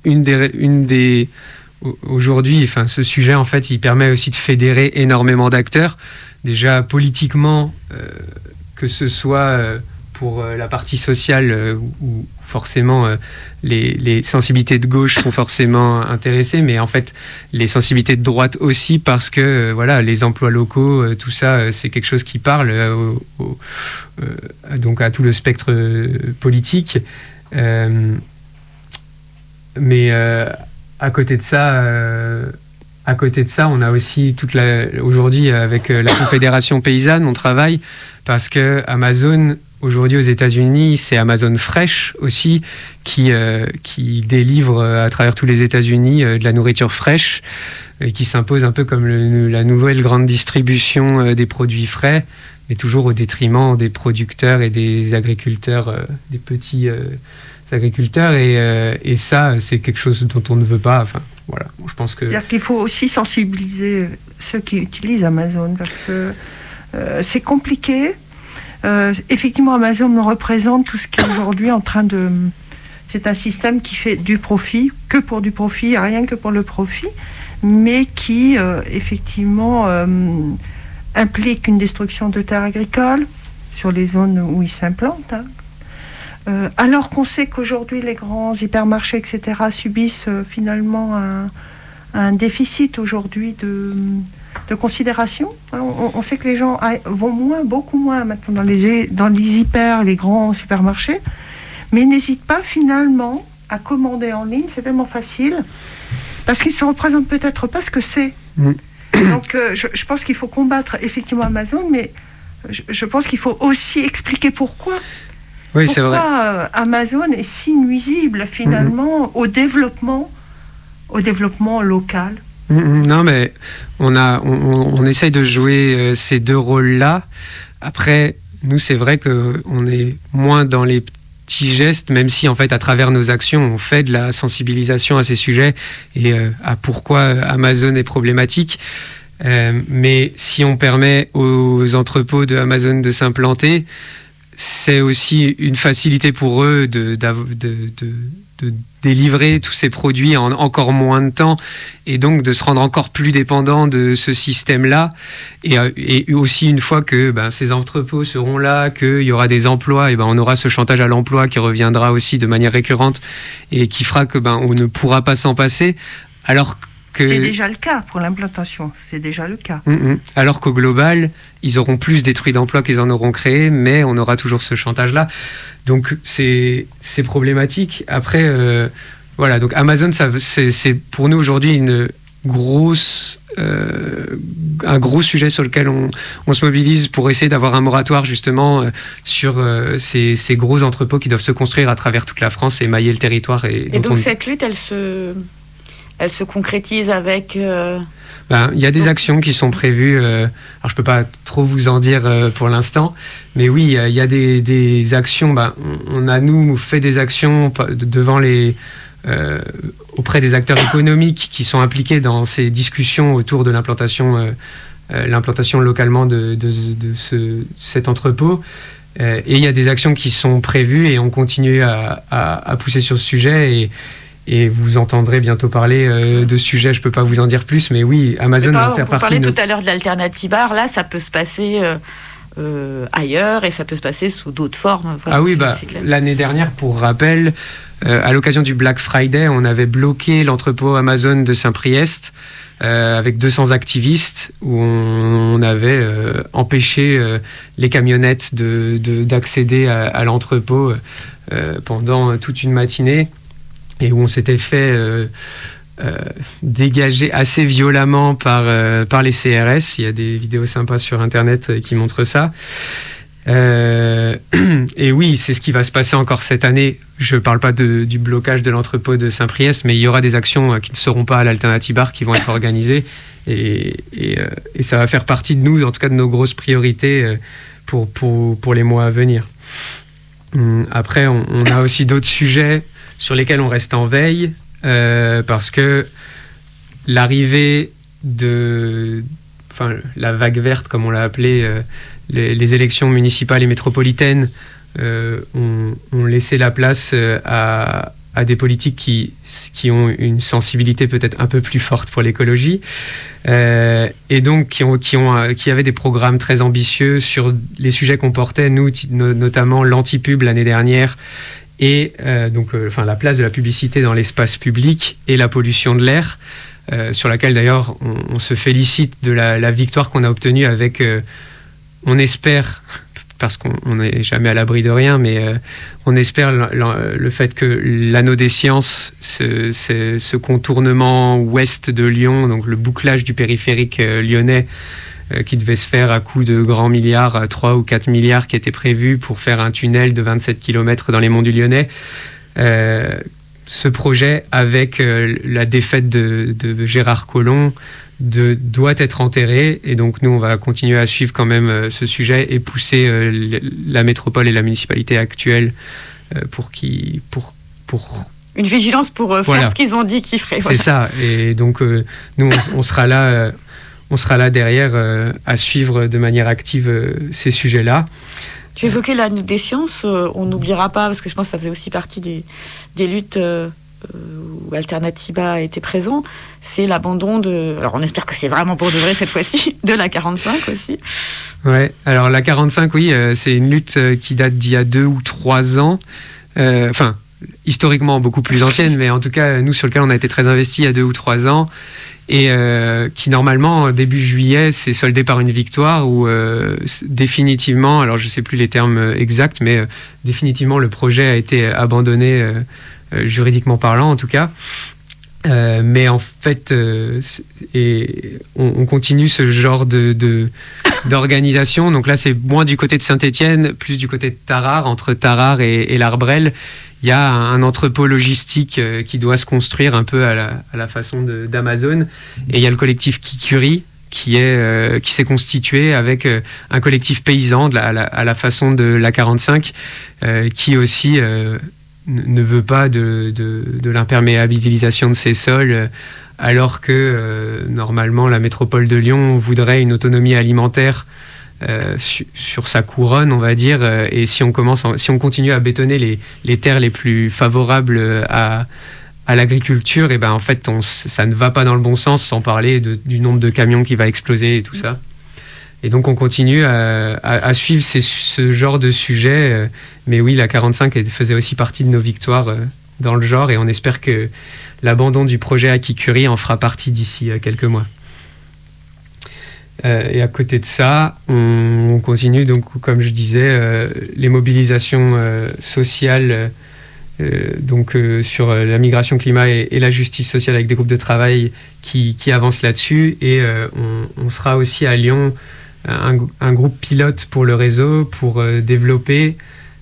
aujourd'hui, ce sujet, en fait, il permet aussi de fédérer énormément d'acteurs. Déjà, politiquement, que ce soit pour la partie sociale, où forcément les sensibilités de gauche sont forcément intéressées, mais en fait, les sensibilités de droite aussi, parce que les emplois locaux, tout ça, c'est quelque chose qui parle donc à tout le spectre politique. Mais à côté de ça, on a aussi aujourd'hui avec la Confédération paysanne, on travaille parce que Amazon aujourd'hui aux États-Unis, c'est Amazon Fresh aussi qui délivre à travers tous les États-Unis de la nourriture fraîche et qui s'impose un peu comme la nouvelle grande distribution des produits frais, mais toujours au détriment des producteurs et des agriculteurs, des petits agriculteurs, et ça c'est quelque chose dont on ne veut pas. Voilà, je pense que c'est-à-dire qu'il faut aussi sensibiliser ceux qui utilisent Amazon, parce que c'est compliqué. Effectivement, Amazon représente tout ce qui est aujourd'hui en train de... C'est un système qui fait du profit, que pour du profit, rien que pour le profit, mais qui effectivement implique une destruction de terres agricoles sur les zones où ils s'implantent. Alors qu'on sait qu'aujourd'hui les grands hypermarchés, etc., subissent finalement un déficit aujourd'hui de considération. On sait que les gens vont beaucoup moins maintenant dans les les grands supermarchés, mais n'hésitent pas finalement à commander en ligne. C'est tellement facile parce qu'ils ne se représentent peut-être pas ce que c'est. Donc je pense qu'il faut combattre effectivement Amazon, mais je pense qu'il faut aussi expliquer pourquoi. Oui, c'est vrai. Pourquoi Amazon est si nuisible finalement au développement local. Non, mais on essaye de jouer ces deux rôles-là. Après, nous, c'est vrai qu'on est moins dans les petits gestes, même si, en fait, à travers nos actions, on fait de la sensibilisation à ces sujets et à pourquoi Amazon est problématique. Mais si on permet aux entrepôts de Amazon de s'implanter, c'est aussi une facilité pour eux de délivrer tous ces produits en encore moins de temps et donc de se rendre encore plus dépendant de ce système-là. Et aussi, une fois que ces entrepôts seront là, qu'il y aura des emplois, et on aura ce chantage à l'emploi qui reviendra aussi de manière récurrente et qui fera que on ne pourra pas s'en passer. Alors que... C'est déjà le cas pour l'implantation, c'est déjà le cas. Alors qu'au global, ils auront plus détruit d'emplois qu'ils en auront créé, mais on aura toujours ce chantage-là. Donc c'est problématique. Après, voilà, donc Amazon, c'est pour nous aujourd'hui un gros sujet sur lequel on se mobilise pour essayer d'avoir un moratoire justement sur ces gros entrepôts qui doivent se construire à travers toute la France et mailler le territoire. Et donc cette lutte, elle se concrétise avec... Il y a des actions qui sont prévues. Alors, je ne peux pas trop vous en dire pour l'instant. Mais oui, il y a des actions. On a, nous, fait des actions devant auprès des acteurs économiques qui sont impliqués dans ces discussions autour de l'implantation localement de cet entrepôt. Et il y a des actions qui sont prévues et on continue à pousser sur ce sujet. Et vous entendrez bientôt parler de ce sujet, je ne peux pas vous en dire plus, mais oui, Amazon va faire partie de... On parlait tout à l'heure de l'Alternative Art, là, ça peut se passer ailleurs et ça peut se passer sous d'autres formes. Voilà, l'année dernière, pour rappel, à l'occasion du Black Friday, on avait bloqué l'entrepôt Amazon de Saint-Priest avec 200 activistes où on avait empêché les camionnettes d'accéder à l'entrepôt pendant toute une matinée. Et où on s'était fait dégager assez violemment par les CRS. Il y a des vidéos sympas sur Internet qui montrent ça. Et oui, c'est ce qui va se passer encore cette année. Je ne parle pas du blocage de l'entrepôt de Saint-Priest, mais il y aura des actions qui ne seront pas à l'Alternative Art qui vont être organisées. Et ça va faire partie de nous, en tout cas de nos grosses priorités pour les mois à venir. Après, on a aussi d'autres sujets sur lesquels on reste en veille, parce que l'arrivée la vague verte, comme on l'a appelé, les élections municipales et métropolitaines ont laissé la place à des politiques qui ont une sensibilité peut-être un peu plus forte pour l'écologie, et donc qui avaient des programmes très ambitieux sur les sujets qu'on portait, nous, notamment l'anti-pub l'année dernière, et la place de la publicité dans l'espace public et la pollution de l'air, sur laquelle d'ailleurs on se félicite de la victoire qu'on a obtenue avec, on espère, parce qu'on n'est jamais à l'abri de rien, mais on espère le fait que l'anneau des sciences, ce contournement ouest de Lyon, donc le bouclage du périphérique lyonnais, qui devait se faire à coût de grands milliards, 3 ou 4 milliards qui étaient prévus pour faire un tunnel de 27 km dans les monts du Lyonnais. Ce projet, avec la défaite de Gérard Collomb, doit être enterré. Et donc nous, on va continuer à suivre quand même ce sujet et pousser la métropole et la municipalité actuelle pour une vigilance pour faire ce qu'ils ont dit qu'ils feraient. C'est ça. Et donc nous, on sera là... On sera là derrière à suivre de manière active ces sujets-là. Tu évoquais l'année des sciences, on n'oubliera pas, parce que je pense que ça faisait aussi partie des luttes où Alternativa a été présent, c'est l'abandon de... Alors on espère que c'est vraiment pour de vrai cette fois-ci, de la 45 aussi. Ouais, alors la 45, oui, c'est une lutte qui date d'il y a 2 ou 3 ans. Historiquement beaucoup plus ancienne, mais en tout cas, nous, sur lequel on a été très investis il y a 2 ou 3 ans. Et qui normalement, début juillet, s'est soldé par une victoire où définitivement, alors je ne sais plus les termes exacts, mais définitivement le projet a été abandonné, juridiquement parlant en tout cas. Mais en fait, on continue ce genre d'organisation. Donc là, c'est moins du côté de Saint-Étienne, plus du côté de Tarare, entre Tarare et l'Arbrel. Il y a un entrepôt logistique qui doit se construire un peu à la façon d'Amazon. Et il y a le collectif Kikuri qui s'est constitué avec un collectif paysan à la façon de la 45 qui aussi ne veut pas de l'imperméabilisation de ces sols alors que normalement la métropole de Lyon voudrait une autonomie alimentaire sur sa couronne, on va dire, et si on continue à bétonner les terres les plus favorables à l'agriculture, et ben en fait ça ne va pas dans le bon sens, sans parler du nombre de camions qui va exploser et tout ça. Et donc on continue à suivre ce genre de sujet, mais oui, la 45 faisait aussi partie de nos victoires dans le genre, et on espère que l'abandon du projet à Kikuri en fera partie d'ici quelques mois. Et à côté de ça, on continue, donc, comme je disais, les mobilisations sociales sur la migration, climat et la justice sociale avec des groupes de travail qui avancent là-dessus. Et on sera aussi à Lyon un groupe pilote pour le réseau pour développer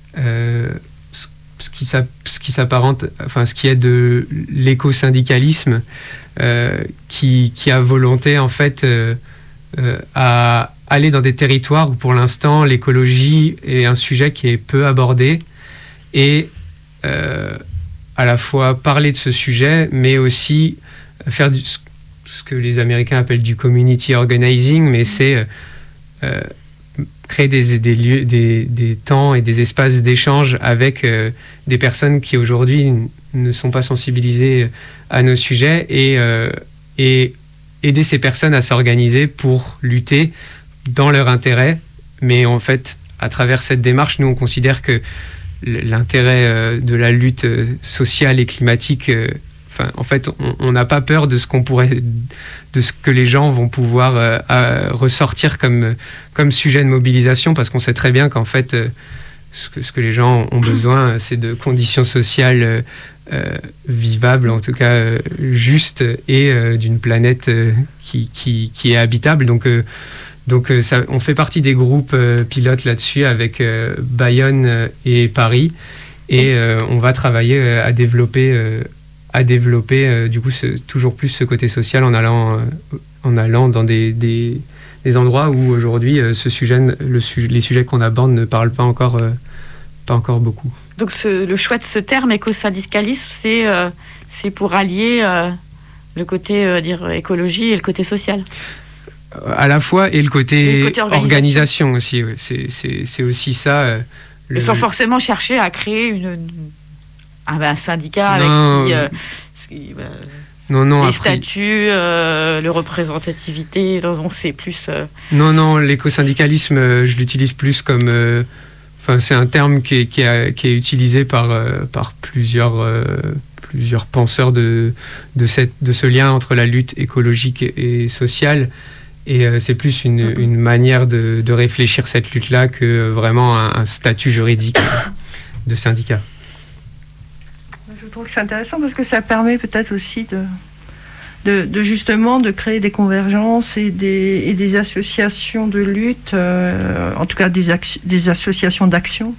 ce qui s'apparente, enfin ce qui est de l'éco-syndicalisme qui a volonté en fait à aller dans des territoires où pour l'instant l'écologie est un sujet qui est peu abordé et à la fois parler de ce sujet mais aussi faire ce que les Américains appellent du community organizing, mais c'est créer des temps et des espaces d'échange avec des personnes qui aujourd'hui ne sont pas sensibilisées à nos sujets et aider ces personnes à s'organiser pour lutter dans leur intérêt. Mais en fait, à travers cette démarche, nous, on considère que l'intérêt de la lutte sociale et climatique, en fait, on n'a pas peur de ce que les gens vont pouvoir ressortir comme sujet de mobilisation, parce qu'on sait très bien qu'en fait, ce que les gens ont besoin, c'est de conditions sociales vivables, en tout cas justes, et d'une planète qui est habitable. Donc ça, on fait partie des groupes pilotes là-dessus avec Bayonne et Paris, et on va travailler à développer du coup toujours plus ce côté social en allant dans des endroits où aujourd'hui les sujets qu'on aborde ne parlent pas encore beaucoup. Donc le choix de ce terme éco-syndicalisme, c'est pour allier le côté écologie et le côté social. À la fois, et le côté organisation aussi. Ouais. C'est aussi ça. Sans forcément chercher à créer un syndicat avec les statuts, la représentativité. Non, c'est plus... Non, l'écosyndicalisme, je l'utilise plus comme... c'est un terme qui est utilisé par plusieurs penseurs de ce lien entre la lutte écologique et sociale. Et c'est plus une manière de réfléchir cette lutte-là que vraiment un statut juridique de syndicat. Je trouve que c'est intéressant parce que ça permet peut-être aussi de justement de créer des convergences et des associations de lutte, en tout cas des associations d'action,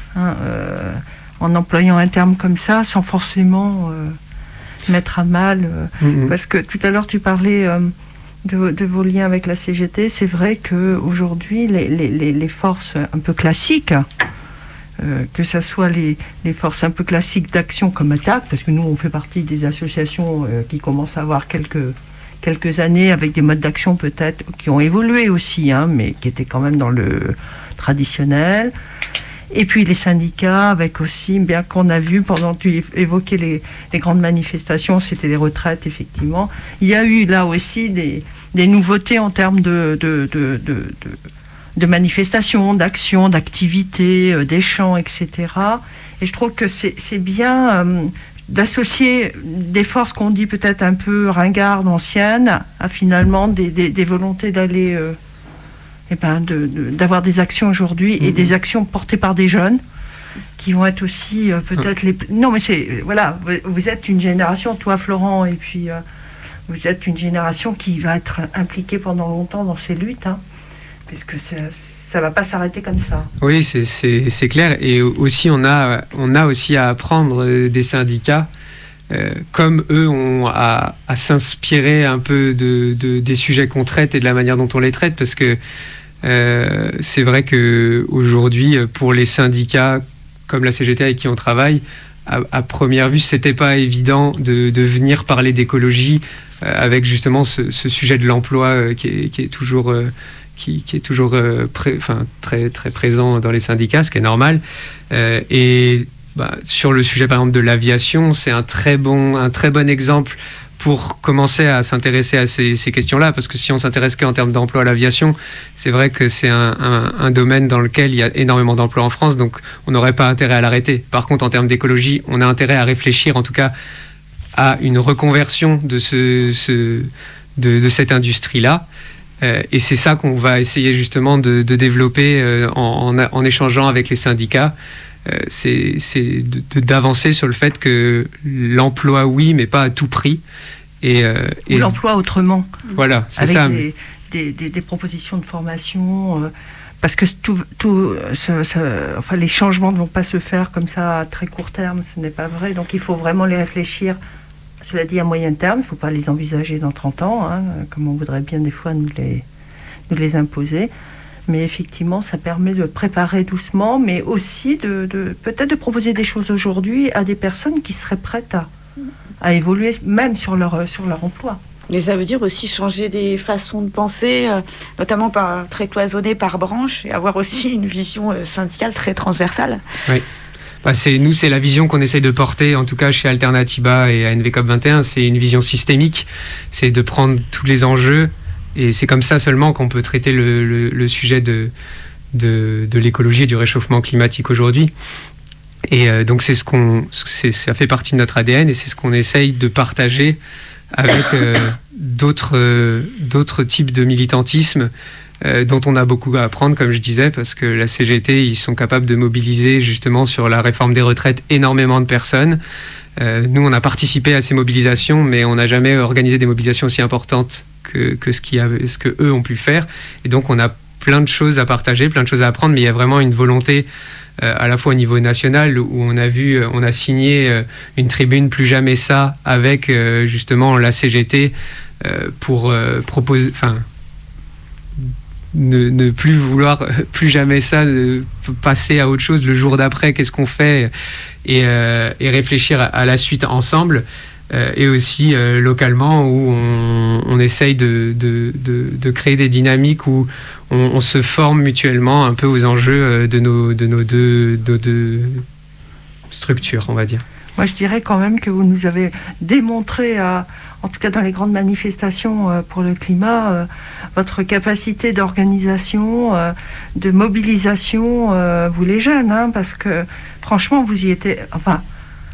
en employant un terme comme ça, sans forcément mettre à mal. Parce que tout à l'heure tu parlais de vos liens avec la CGT. C'est vrai qu'aujourd'hui les forces un peu classiques, que ce soit les forces un peu classiques d'action comme Attaque, parce que nous on fait partie des associations qui commencent à avoir quelques années avec des modes d'action peut-être qui ont évolué aussi, mais qui étaient quand même dans le traditionnel. Et puis les syndicats, avec aussi, bien qu'on a vu pendant que tu évoquais les grandes manifestations, c'était les retraites effectivement. Il y a eu là aussi des nouveautés en termes de manifestations, d'actions, d'activités, d'échanges, etc. Et je trouve que c'est bien d'associer des forces qu'on dit peut-être un peu ringardes, anciennes, à finalement des volontés d'aller... d'avoir des actions aujourd'hui et des actions portées par des jeunes qui vont être aussi peut-être les... Non, mais voilà, vous êtes une génération, toi Florent, et puis vous êtes une génération qui va être impliquée pendant longtemps dans ces luttes, hein, puisque ça ne va pas s'arrêter comme ça. Oui, c'est clair. Et aussi, on a aussi à apprendre des syndicats, comme eux ont à s'inspirer un peu des sujets qu'on traite et de la manière dont on les traite, parce que c'est vrai qu'aujourd'hui, pour les syndicats comme la CGT avec qui on travaille, à première vue, c'était pas évident de venir parler d'écologie avec justement ce sujet de l'emploi qui est toujours très, très présent dans les syndicats, ce qui est normal. Sur le sujet par exemple de l'aviation, c'est un très bon exemple pour commencer à s'intéresser à ces questions-là, parce que si on s'intéresse qu'en termes d'emploi à l'aviation, c'est vrai que c'est un domaine dans lequel il y a énormément d'emplois en France, donc on n'aurait pas intérêt à l'arrêter. Par contre, en termes d'écologie, on a intérêt à réfléchir, en tout cas, à une reconversion de cette industrie-là. Et c'est ça qu'on va essayer justement de développer en échangeant avec les syndicats. C'est d'avancer sur le fait que l'emploi, oui, mais pas à tout prix. Ou l'emploi autrement. Voilà, c'est avec ça. Des propositions de formation, parce que les changements ne vont pas se faire comme ça à très court terme, ce n'est pas vrai. Donc il faut vraiment les réfléchir, cela dit à moyen terme, il ne faut pas les envisager dans 30 ans, hein, comme on voudrait bien des fois nous les imposer. Mais effectivement, ça permet de préparer doucement, mais aussi peut-être de proposer des choses aujourd'hui à des personnes qui seraient prêtes à évoluer, même sur leur emploi. Mais ça veut dire aussi changer des façons de penser, notamment très cloisonnées par branche, et avoir aussi une vision syndicale très transversale. Oui. C'est la vision qu'on essaye de porter, en tout cas chez Alternatiba et à NVCOP 21, c'est une vision systémique, c'est de prendre tous les enjeux. Et c'est comme ça seulement qu'on peut traiter le sujet de l'écologie et du réchauffement climatique aujourd'hui. Et donc ça fait partie de notre ADN et c'est ce qu'on essaye de partager avec d'autres types de militantisme dont on a beaucoup à apprendre, comme je disais, parce que la CGT, ils sont capables de mobiliser justement sur la réforme des retraites énormément de personnes. Nous, on a participé à ces mobilisations, mais on n'a jamais organisé des mobilisations aussi importantes que ce que eux ont pu faire. Et donc, on a plein de choses à partager, plein de choses à apprendre, mais il y a vraiment une volonté, à la fois au niveau national, où on a signé une tribune Plus jamais ça, avec justement la CGT pour proposer... Ne plus vouloir plus jamais ça, passer à autre chose le jour d'après, qu'est-ce qu'on fait, et réfléchir à la suite ensemble, et aussi localement où on essaye de créer des dynamiques où on se forme mutuellement un peu aux enjeux de nos deux structures, on va dire. Moi, je dirais quand même que vous nous avez démontré, en tout cas dans les grandes manifestations pour le climat, votre capacité d'organisation, de mobilisation, vous les jeunes, hein, parce que franchement, vous y étiez... Enfin,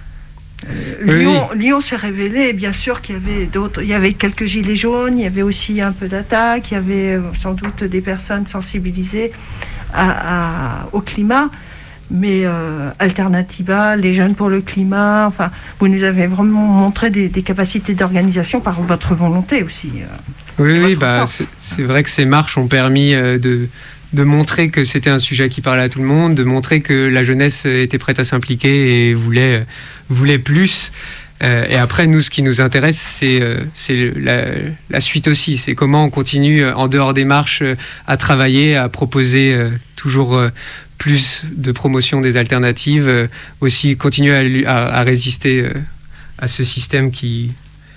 Lyon s'est révélé, bien sûr qu'il y avait d'autres... Il y avait quelques gilets jaunes, il y avait aussi un peu d'attaque, il y avait sans doute des personnes sensibilisées au climat. Mais Alternatiba, les jeunes pour le climat, enfin, vous nous avez vraiment montré des capacités d'organisation par votre volonté aussi. Oui, c'est vrai que ces marches ont permis de montrer que c'était un sujet qui parlait à tout le monde, de montrer que la jeunesse était prête à s'impliquer et voulait plus. Et après, nous, ce qui nous intéresse, c'est la suite aussi. C'est comment on continue, en dehors des marches, à travailler, à proposer toujours plus de promotion des alternatives, aussi continuer à résister à ce système qui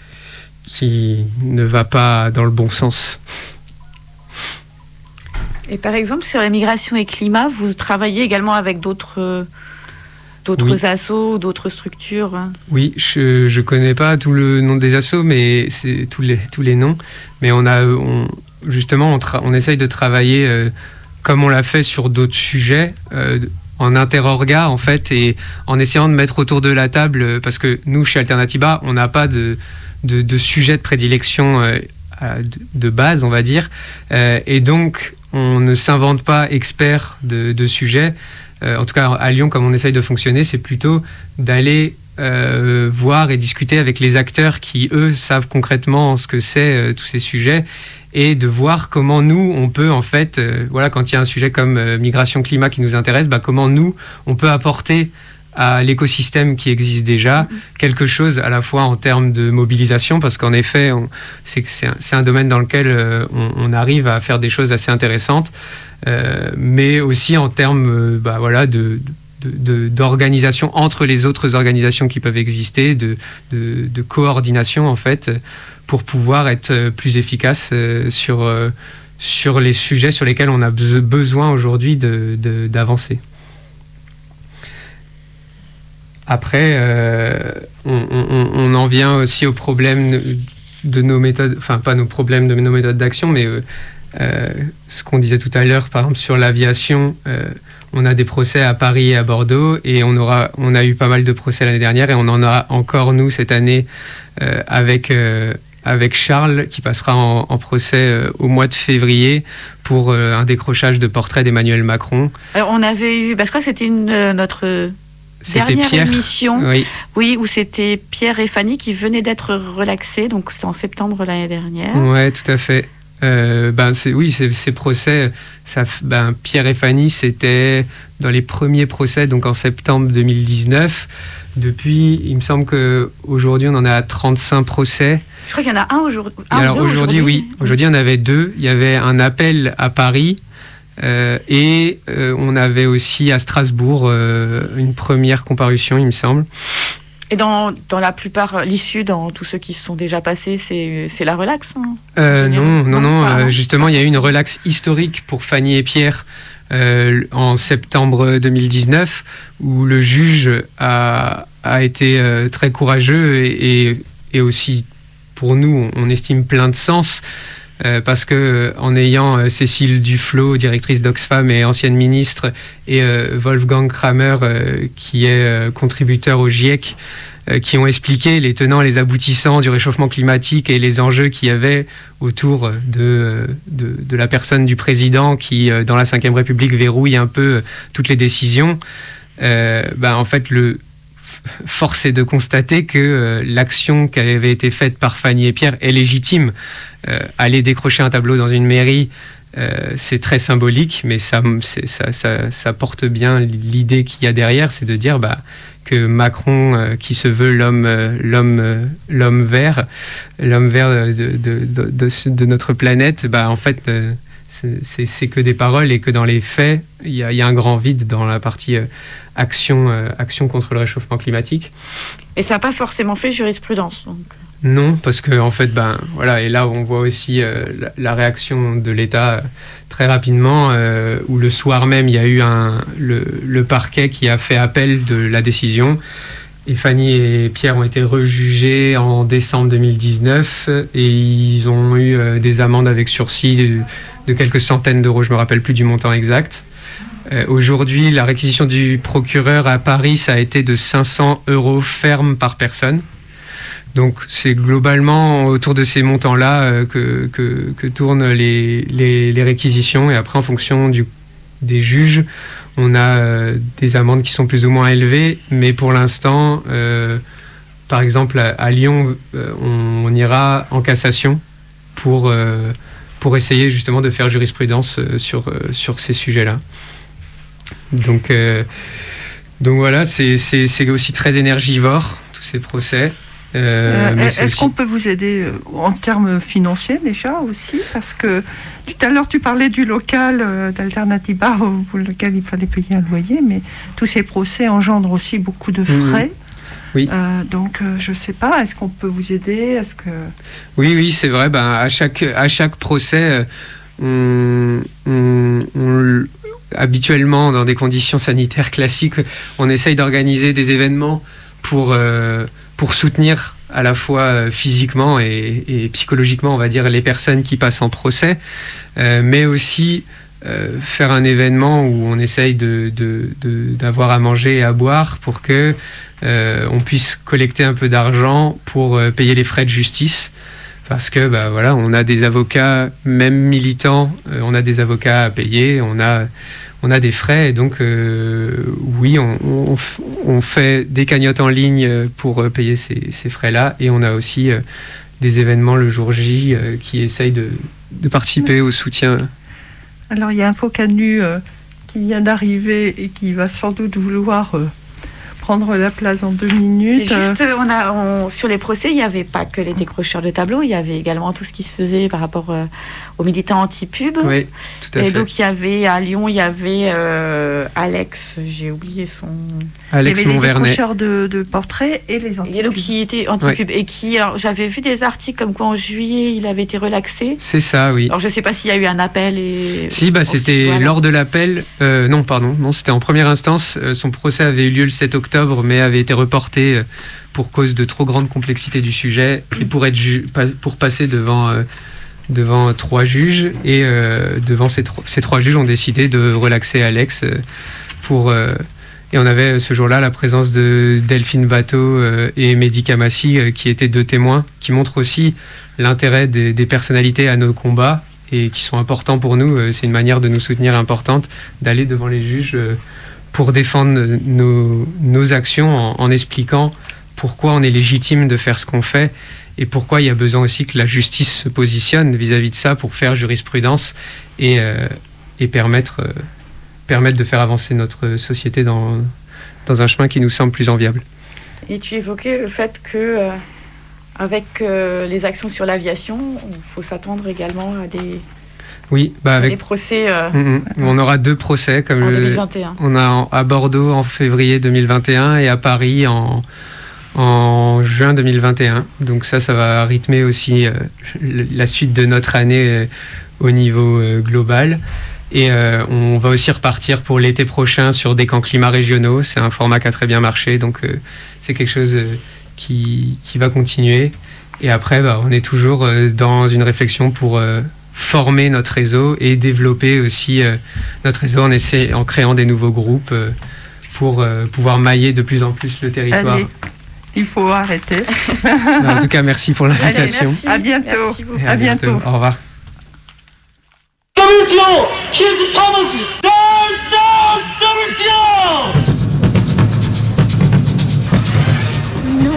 ne va pas dans le bon sens. Et par exemple, sur la migration et climat, vous travaillez également avec d'autres assos, d'autres structures? Oui, je connais pas tout le nom des assos, mais c'est tous les noms. Mais on essaye de travailler comme on l'a fait sur d'autres sujets, en interorga en fait, et en essayant de mettre autour de la table, parce que nous, chez Alternatiba, on n'a pas de sujet de prédilection de base, on va dire, et donc on ne s'invente pas expert de sujets. en tout cas à Lyon, comme on essaye de fonctionner, c'est plutôt d'aller voir et discuter avec les acteurs qui, eux, savent concrètement ce que c'est tous ces sujets, et de voir comment nous, on peut en fait, quand il y a un sujet comme migration-climat qui nous intéresse, comment nous, on peut apporter à l'écosystème qui existe déjà quelque chose à la fois en termes de mobilisation, parce qu'en effet, c'est un domaine dans lequel on arrive à faire des choses assez intéressantes, mais aussi en termes d'organisation entre les autres organisations qui peuvent exister, de coordination en fait, pour pouvoir être plus efficace sur les sujets sur lesquels on a besoin aujourd'hui d'avancer. Après, on en vient aussi au problème de nos méthodes, enfin pas nos problèmes de nos méthodes d'action, mais ce qu'on disait tout à l'heure, par exemple sur l'aviation, on a des procès à Paris et à Bordeaux, et on a eu pas mal de procès l'année dernière, et on en a encore nous cette année avec Charles qui passera en procès au mois de février pour un décrochage de portrait d'Emmanuel Macron. Alors on avait eu, je crois que c'était notre dernière émission, oui, où c'était Pierre et Fanny qui venaient d'être relaxés, donc c'était en septembre l'année dernière. Ouais, tout à fait. Ces procès, Pierre et Fanny, c'était dans les premiers procès, donc en septembre 2019. Depuis, il me semble qu'aujourd'hui, on en a 35 procès. Je crois qu'il y en a un aujourd'hui. Aujourd'hui, oui. Aujourd'hui, on avait 2. Il y avait un appel à Paris. On avait aussi à Strasbourg une première comparution, il me semble. Et dans la plupart, l'issue, dans tous ceux qui se sont déjà passés, c'est la relaxe, Non. Justement, il y a eu une relaxe historique pour Fanny et Pierre en septembre 2019, où le juge a été très courageux et aussi, pour nous, on estime plein de sens. Parce que en ayant Cécile Duflot, directrice d'Oxfam et ancienne ministre, et Wolfgang Kramer, qui est contributeur au GIEC, qui ont expliqué les tenants, les aboutissants du réchauffement climatique et les enjeux qu'il y avait autour de la personne du président qui, dans la Ve République, verrouille un peu toutes les décisions. En fait, force est de constater que l'action qui avait été faite par Fanny et Pierre est légitime. Aller décrocher un tableau dans une mairie, c'est très symbolique, mais ça porte bien l'idée qu'il y a derrière, c'est de dire que Macron, qui se veut l'homme vert de notre planète, en fait, c'est que des paroles, et que dans les faits, il y a un grand vide dans la partie action contre le réchauffement climatique. Et ça n'a pas forcément fait jurisprudence, donc. Non, parce que en fait, et là on voit aussi la réaction de l'État très rapidement, où le soir même il y a eu le parquet qui a fait appel de la décision, et Fanny et Pierre ont été rejugés en décembre 2019, et ils ont eu des amendes avec sursis de quelques centaines d'euros, je me rappelle plus du montant exact. Aujourd'hui, la réquisition du procureur à Paris, ça a été de 500 € fermes par personne. Donc c'est globalement autour de ces montants-là que tournent les réquisitions, et après en fonction des juges, on a des amendes qui sont plus ou moins élevées, mais pour l'instant, par exemple à Lyon, on ira en cassation pour essayer justement de faire jurisprudence sur ces sujets-là. Donc voilà, c'est aussi très énergivore, tous ces procès. Est-ce qu'on peut vous aider en termes financiers déjà aussi? Parce que tout à l'heure tu parlais du local d'Alternativa pour lequel il fallait payer un loyer, mais tous ces procès engendrent aussi beaucoup de frais. Oui. Donc je ne sais pas, est-ce qu'on peut vous aider? Oui, c'est vrai. À chaque procès, habituellement dans des conditions sanitaires classiques, on essaye d'organiser des événements pour soutenir à la fois physiquement et psychologiquement, on va dire, les personnes qui passent en procès, mais aussi faire un événement où on essaye d'avoir à manger et à boire pour que on puisse collecter un peu d'argent pour payer les frais de justice. parce que voilà, on a des avocats, même militants, on a des avocats à payer, on a des frais, et donc oui, on fait des cagnottes en ligne pour payer ces frais-là, et on a aussi des événements le jour J qui essayent de participer au soutien. Alors il y a un Focanu qui vient d'arriver et qui va sans doute vouloir prendre la place en 2 minutes. Juste, sur les procès, il n'y avait pas que les décrocheurs de tableaux, il y avait également tout ce qui se faisait par rapport aux militants anti-pub. Oui, tout à fait. Et donc, il y avait, à Lyon, il y avait Alex, j'ai oublié son... Alex Montvernet. Il y avait les décrocheurs de portraits et les anti-pub. Et donc, qui était anti-pub. Et qui, alors, j'avais vu des articles comme quoi en juillet, il avait été relaxé. C'est ça, oui. Alors, je ne sais pas s'il y a eu un appel. Si, c'était lors de l'appel. Non, c'était en première instance. Son procès avait eu lieu le 7 octobre, mais avait été reporté pour cause de trop grande complexité du sujet et pour passer devant 3 juges. Et devant ces 3 juges ont décidé de relaxer Alex et on avait ce jour-là la présence de Delphine Bateau et Mehdi Kamassi qui étaient 2 témoins, qui montrent aussi l'intérêt des personnalités à nos combats et qui sont importants pour nous. C'est une manière de nous soutenir importante, d'aller devant les juges pour défendre nos actions en expliquant pourquoi on est légitime de faire ce qu'on fait et pourquoi il y a besoin aussi que la justice se positionne vis-à-vis de ça pour faire jurisprudence et permettre de faire avancer notre société dans un chemin qui nous semble plus enviable. Et tu évoquais le fait que avec les actions sur l'aviation, il faut s'attendre également à des procès. On aura 2 procès en 2021. On a à Bordeaux en février 2021 et à Paris en juin 2021. Donc ça va rythmer aussi la suite de notre année au niveau global. Et on va aussi repartir pour l'été prochain sur des camps climat régionaux. C'est un format qui a très bien marché, donc c'est quelque chose qui va continuer. Et après, on est toujours dans une réflexion pour former notre réseau et développer aussi notre réseau en créant des nouveaux groupes pour pouvoir mailler de plus en plus le territoire. Allez, il faut arrêter. En tout cas, merci pour l'invitation. Allez, merci. À bientôt. Merci beaucoup. À bientôt. Au revoir. WTO! Here's the Thomas! Down! WTO!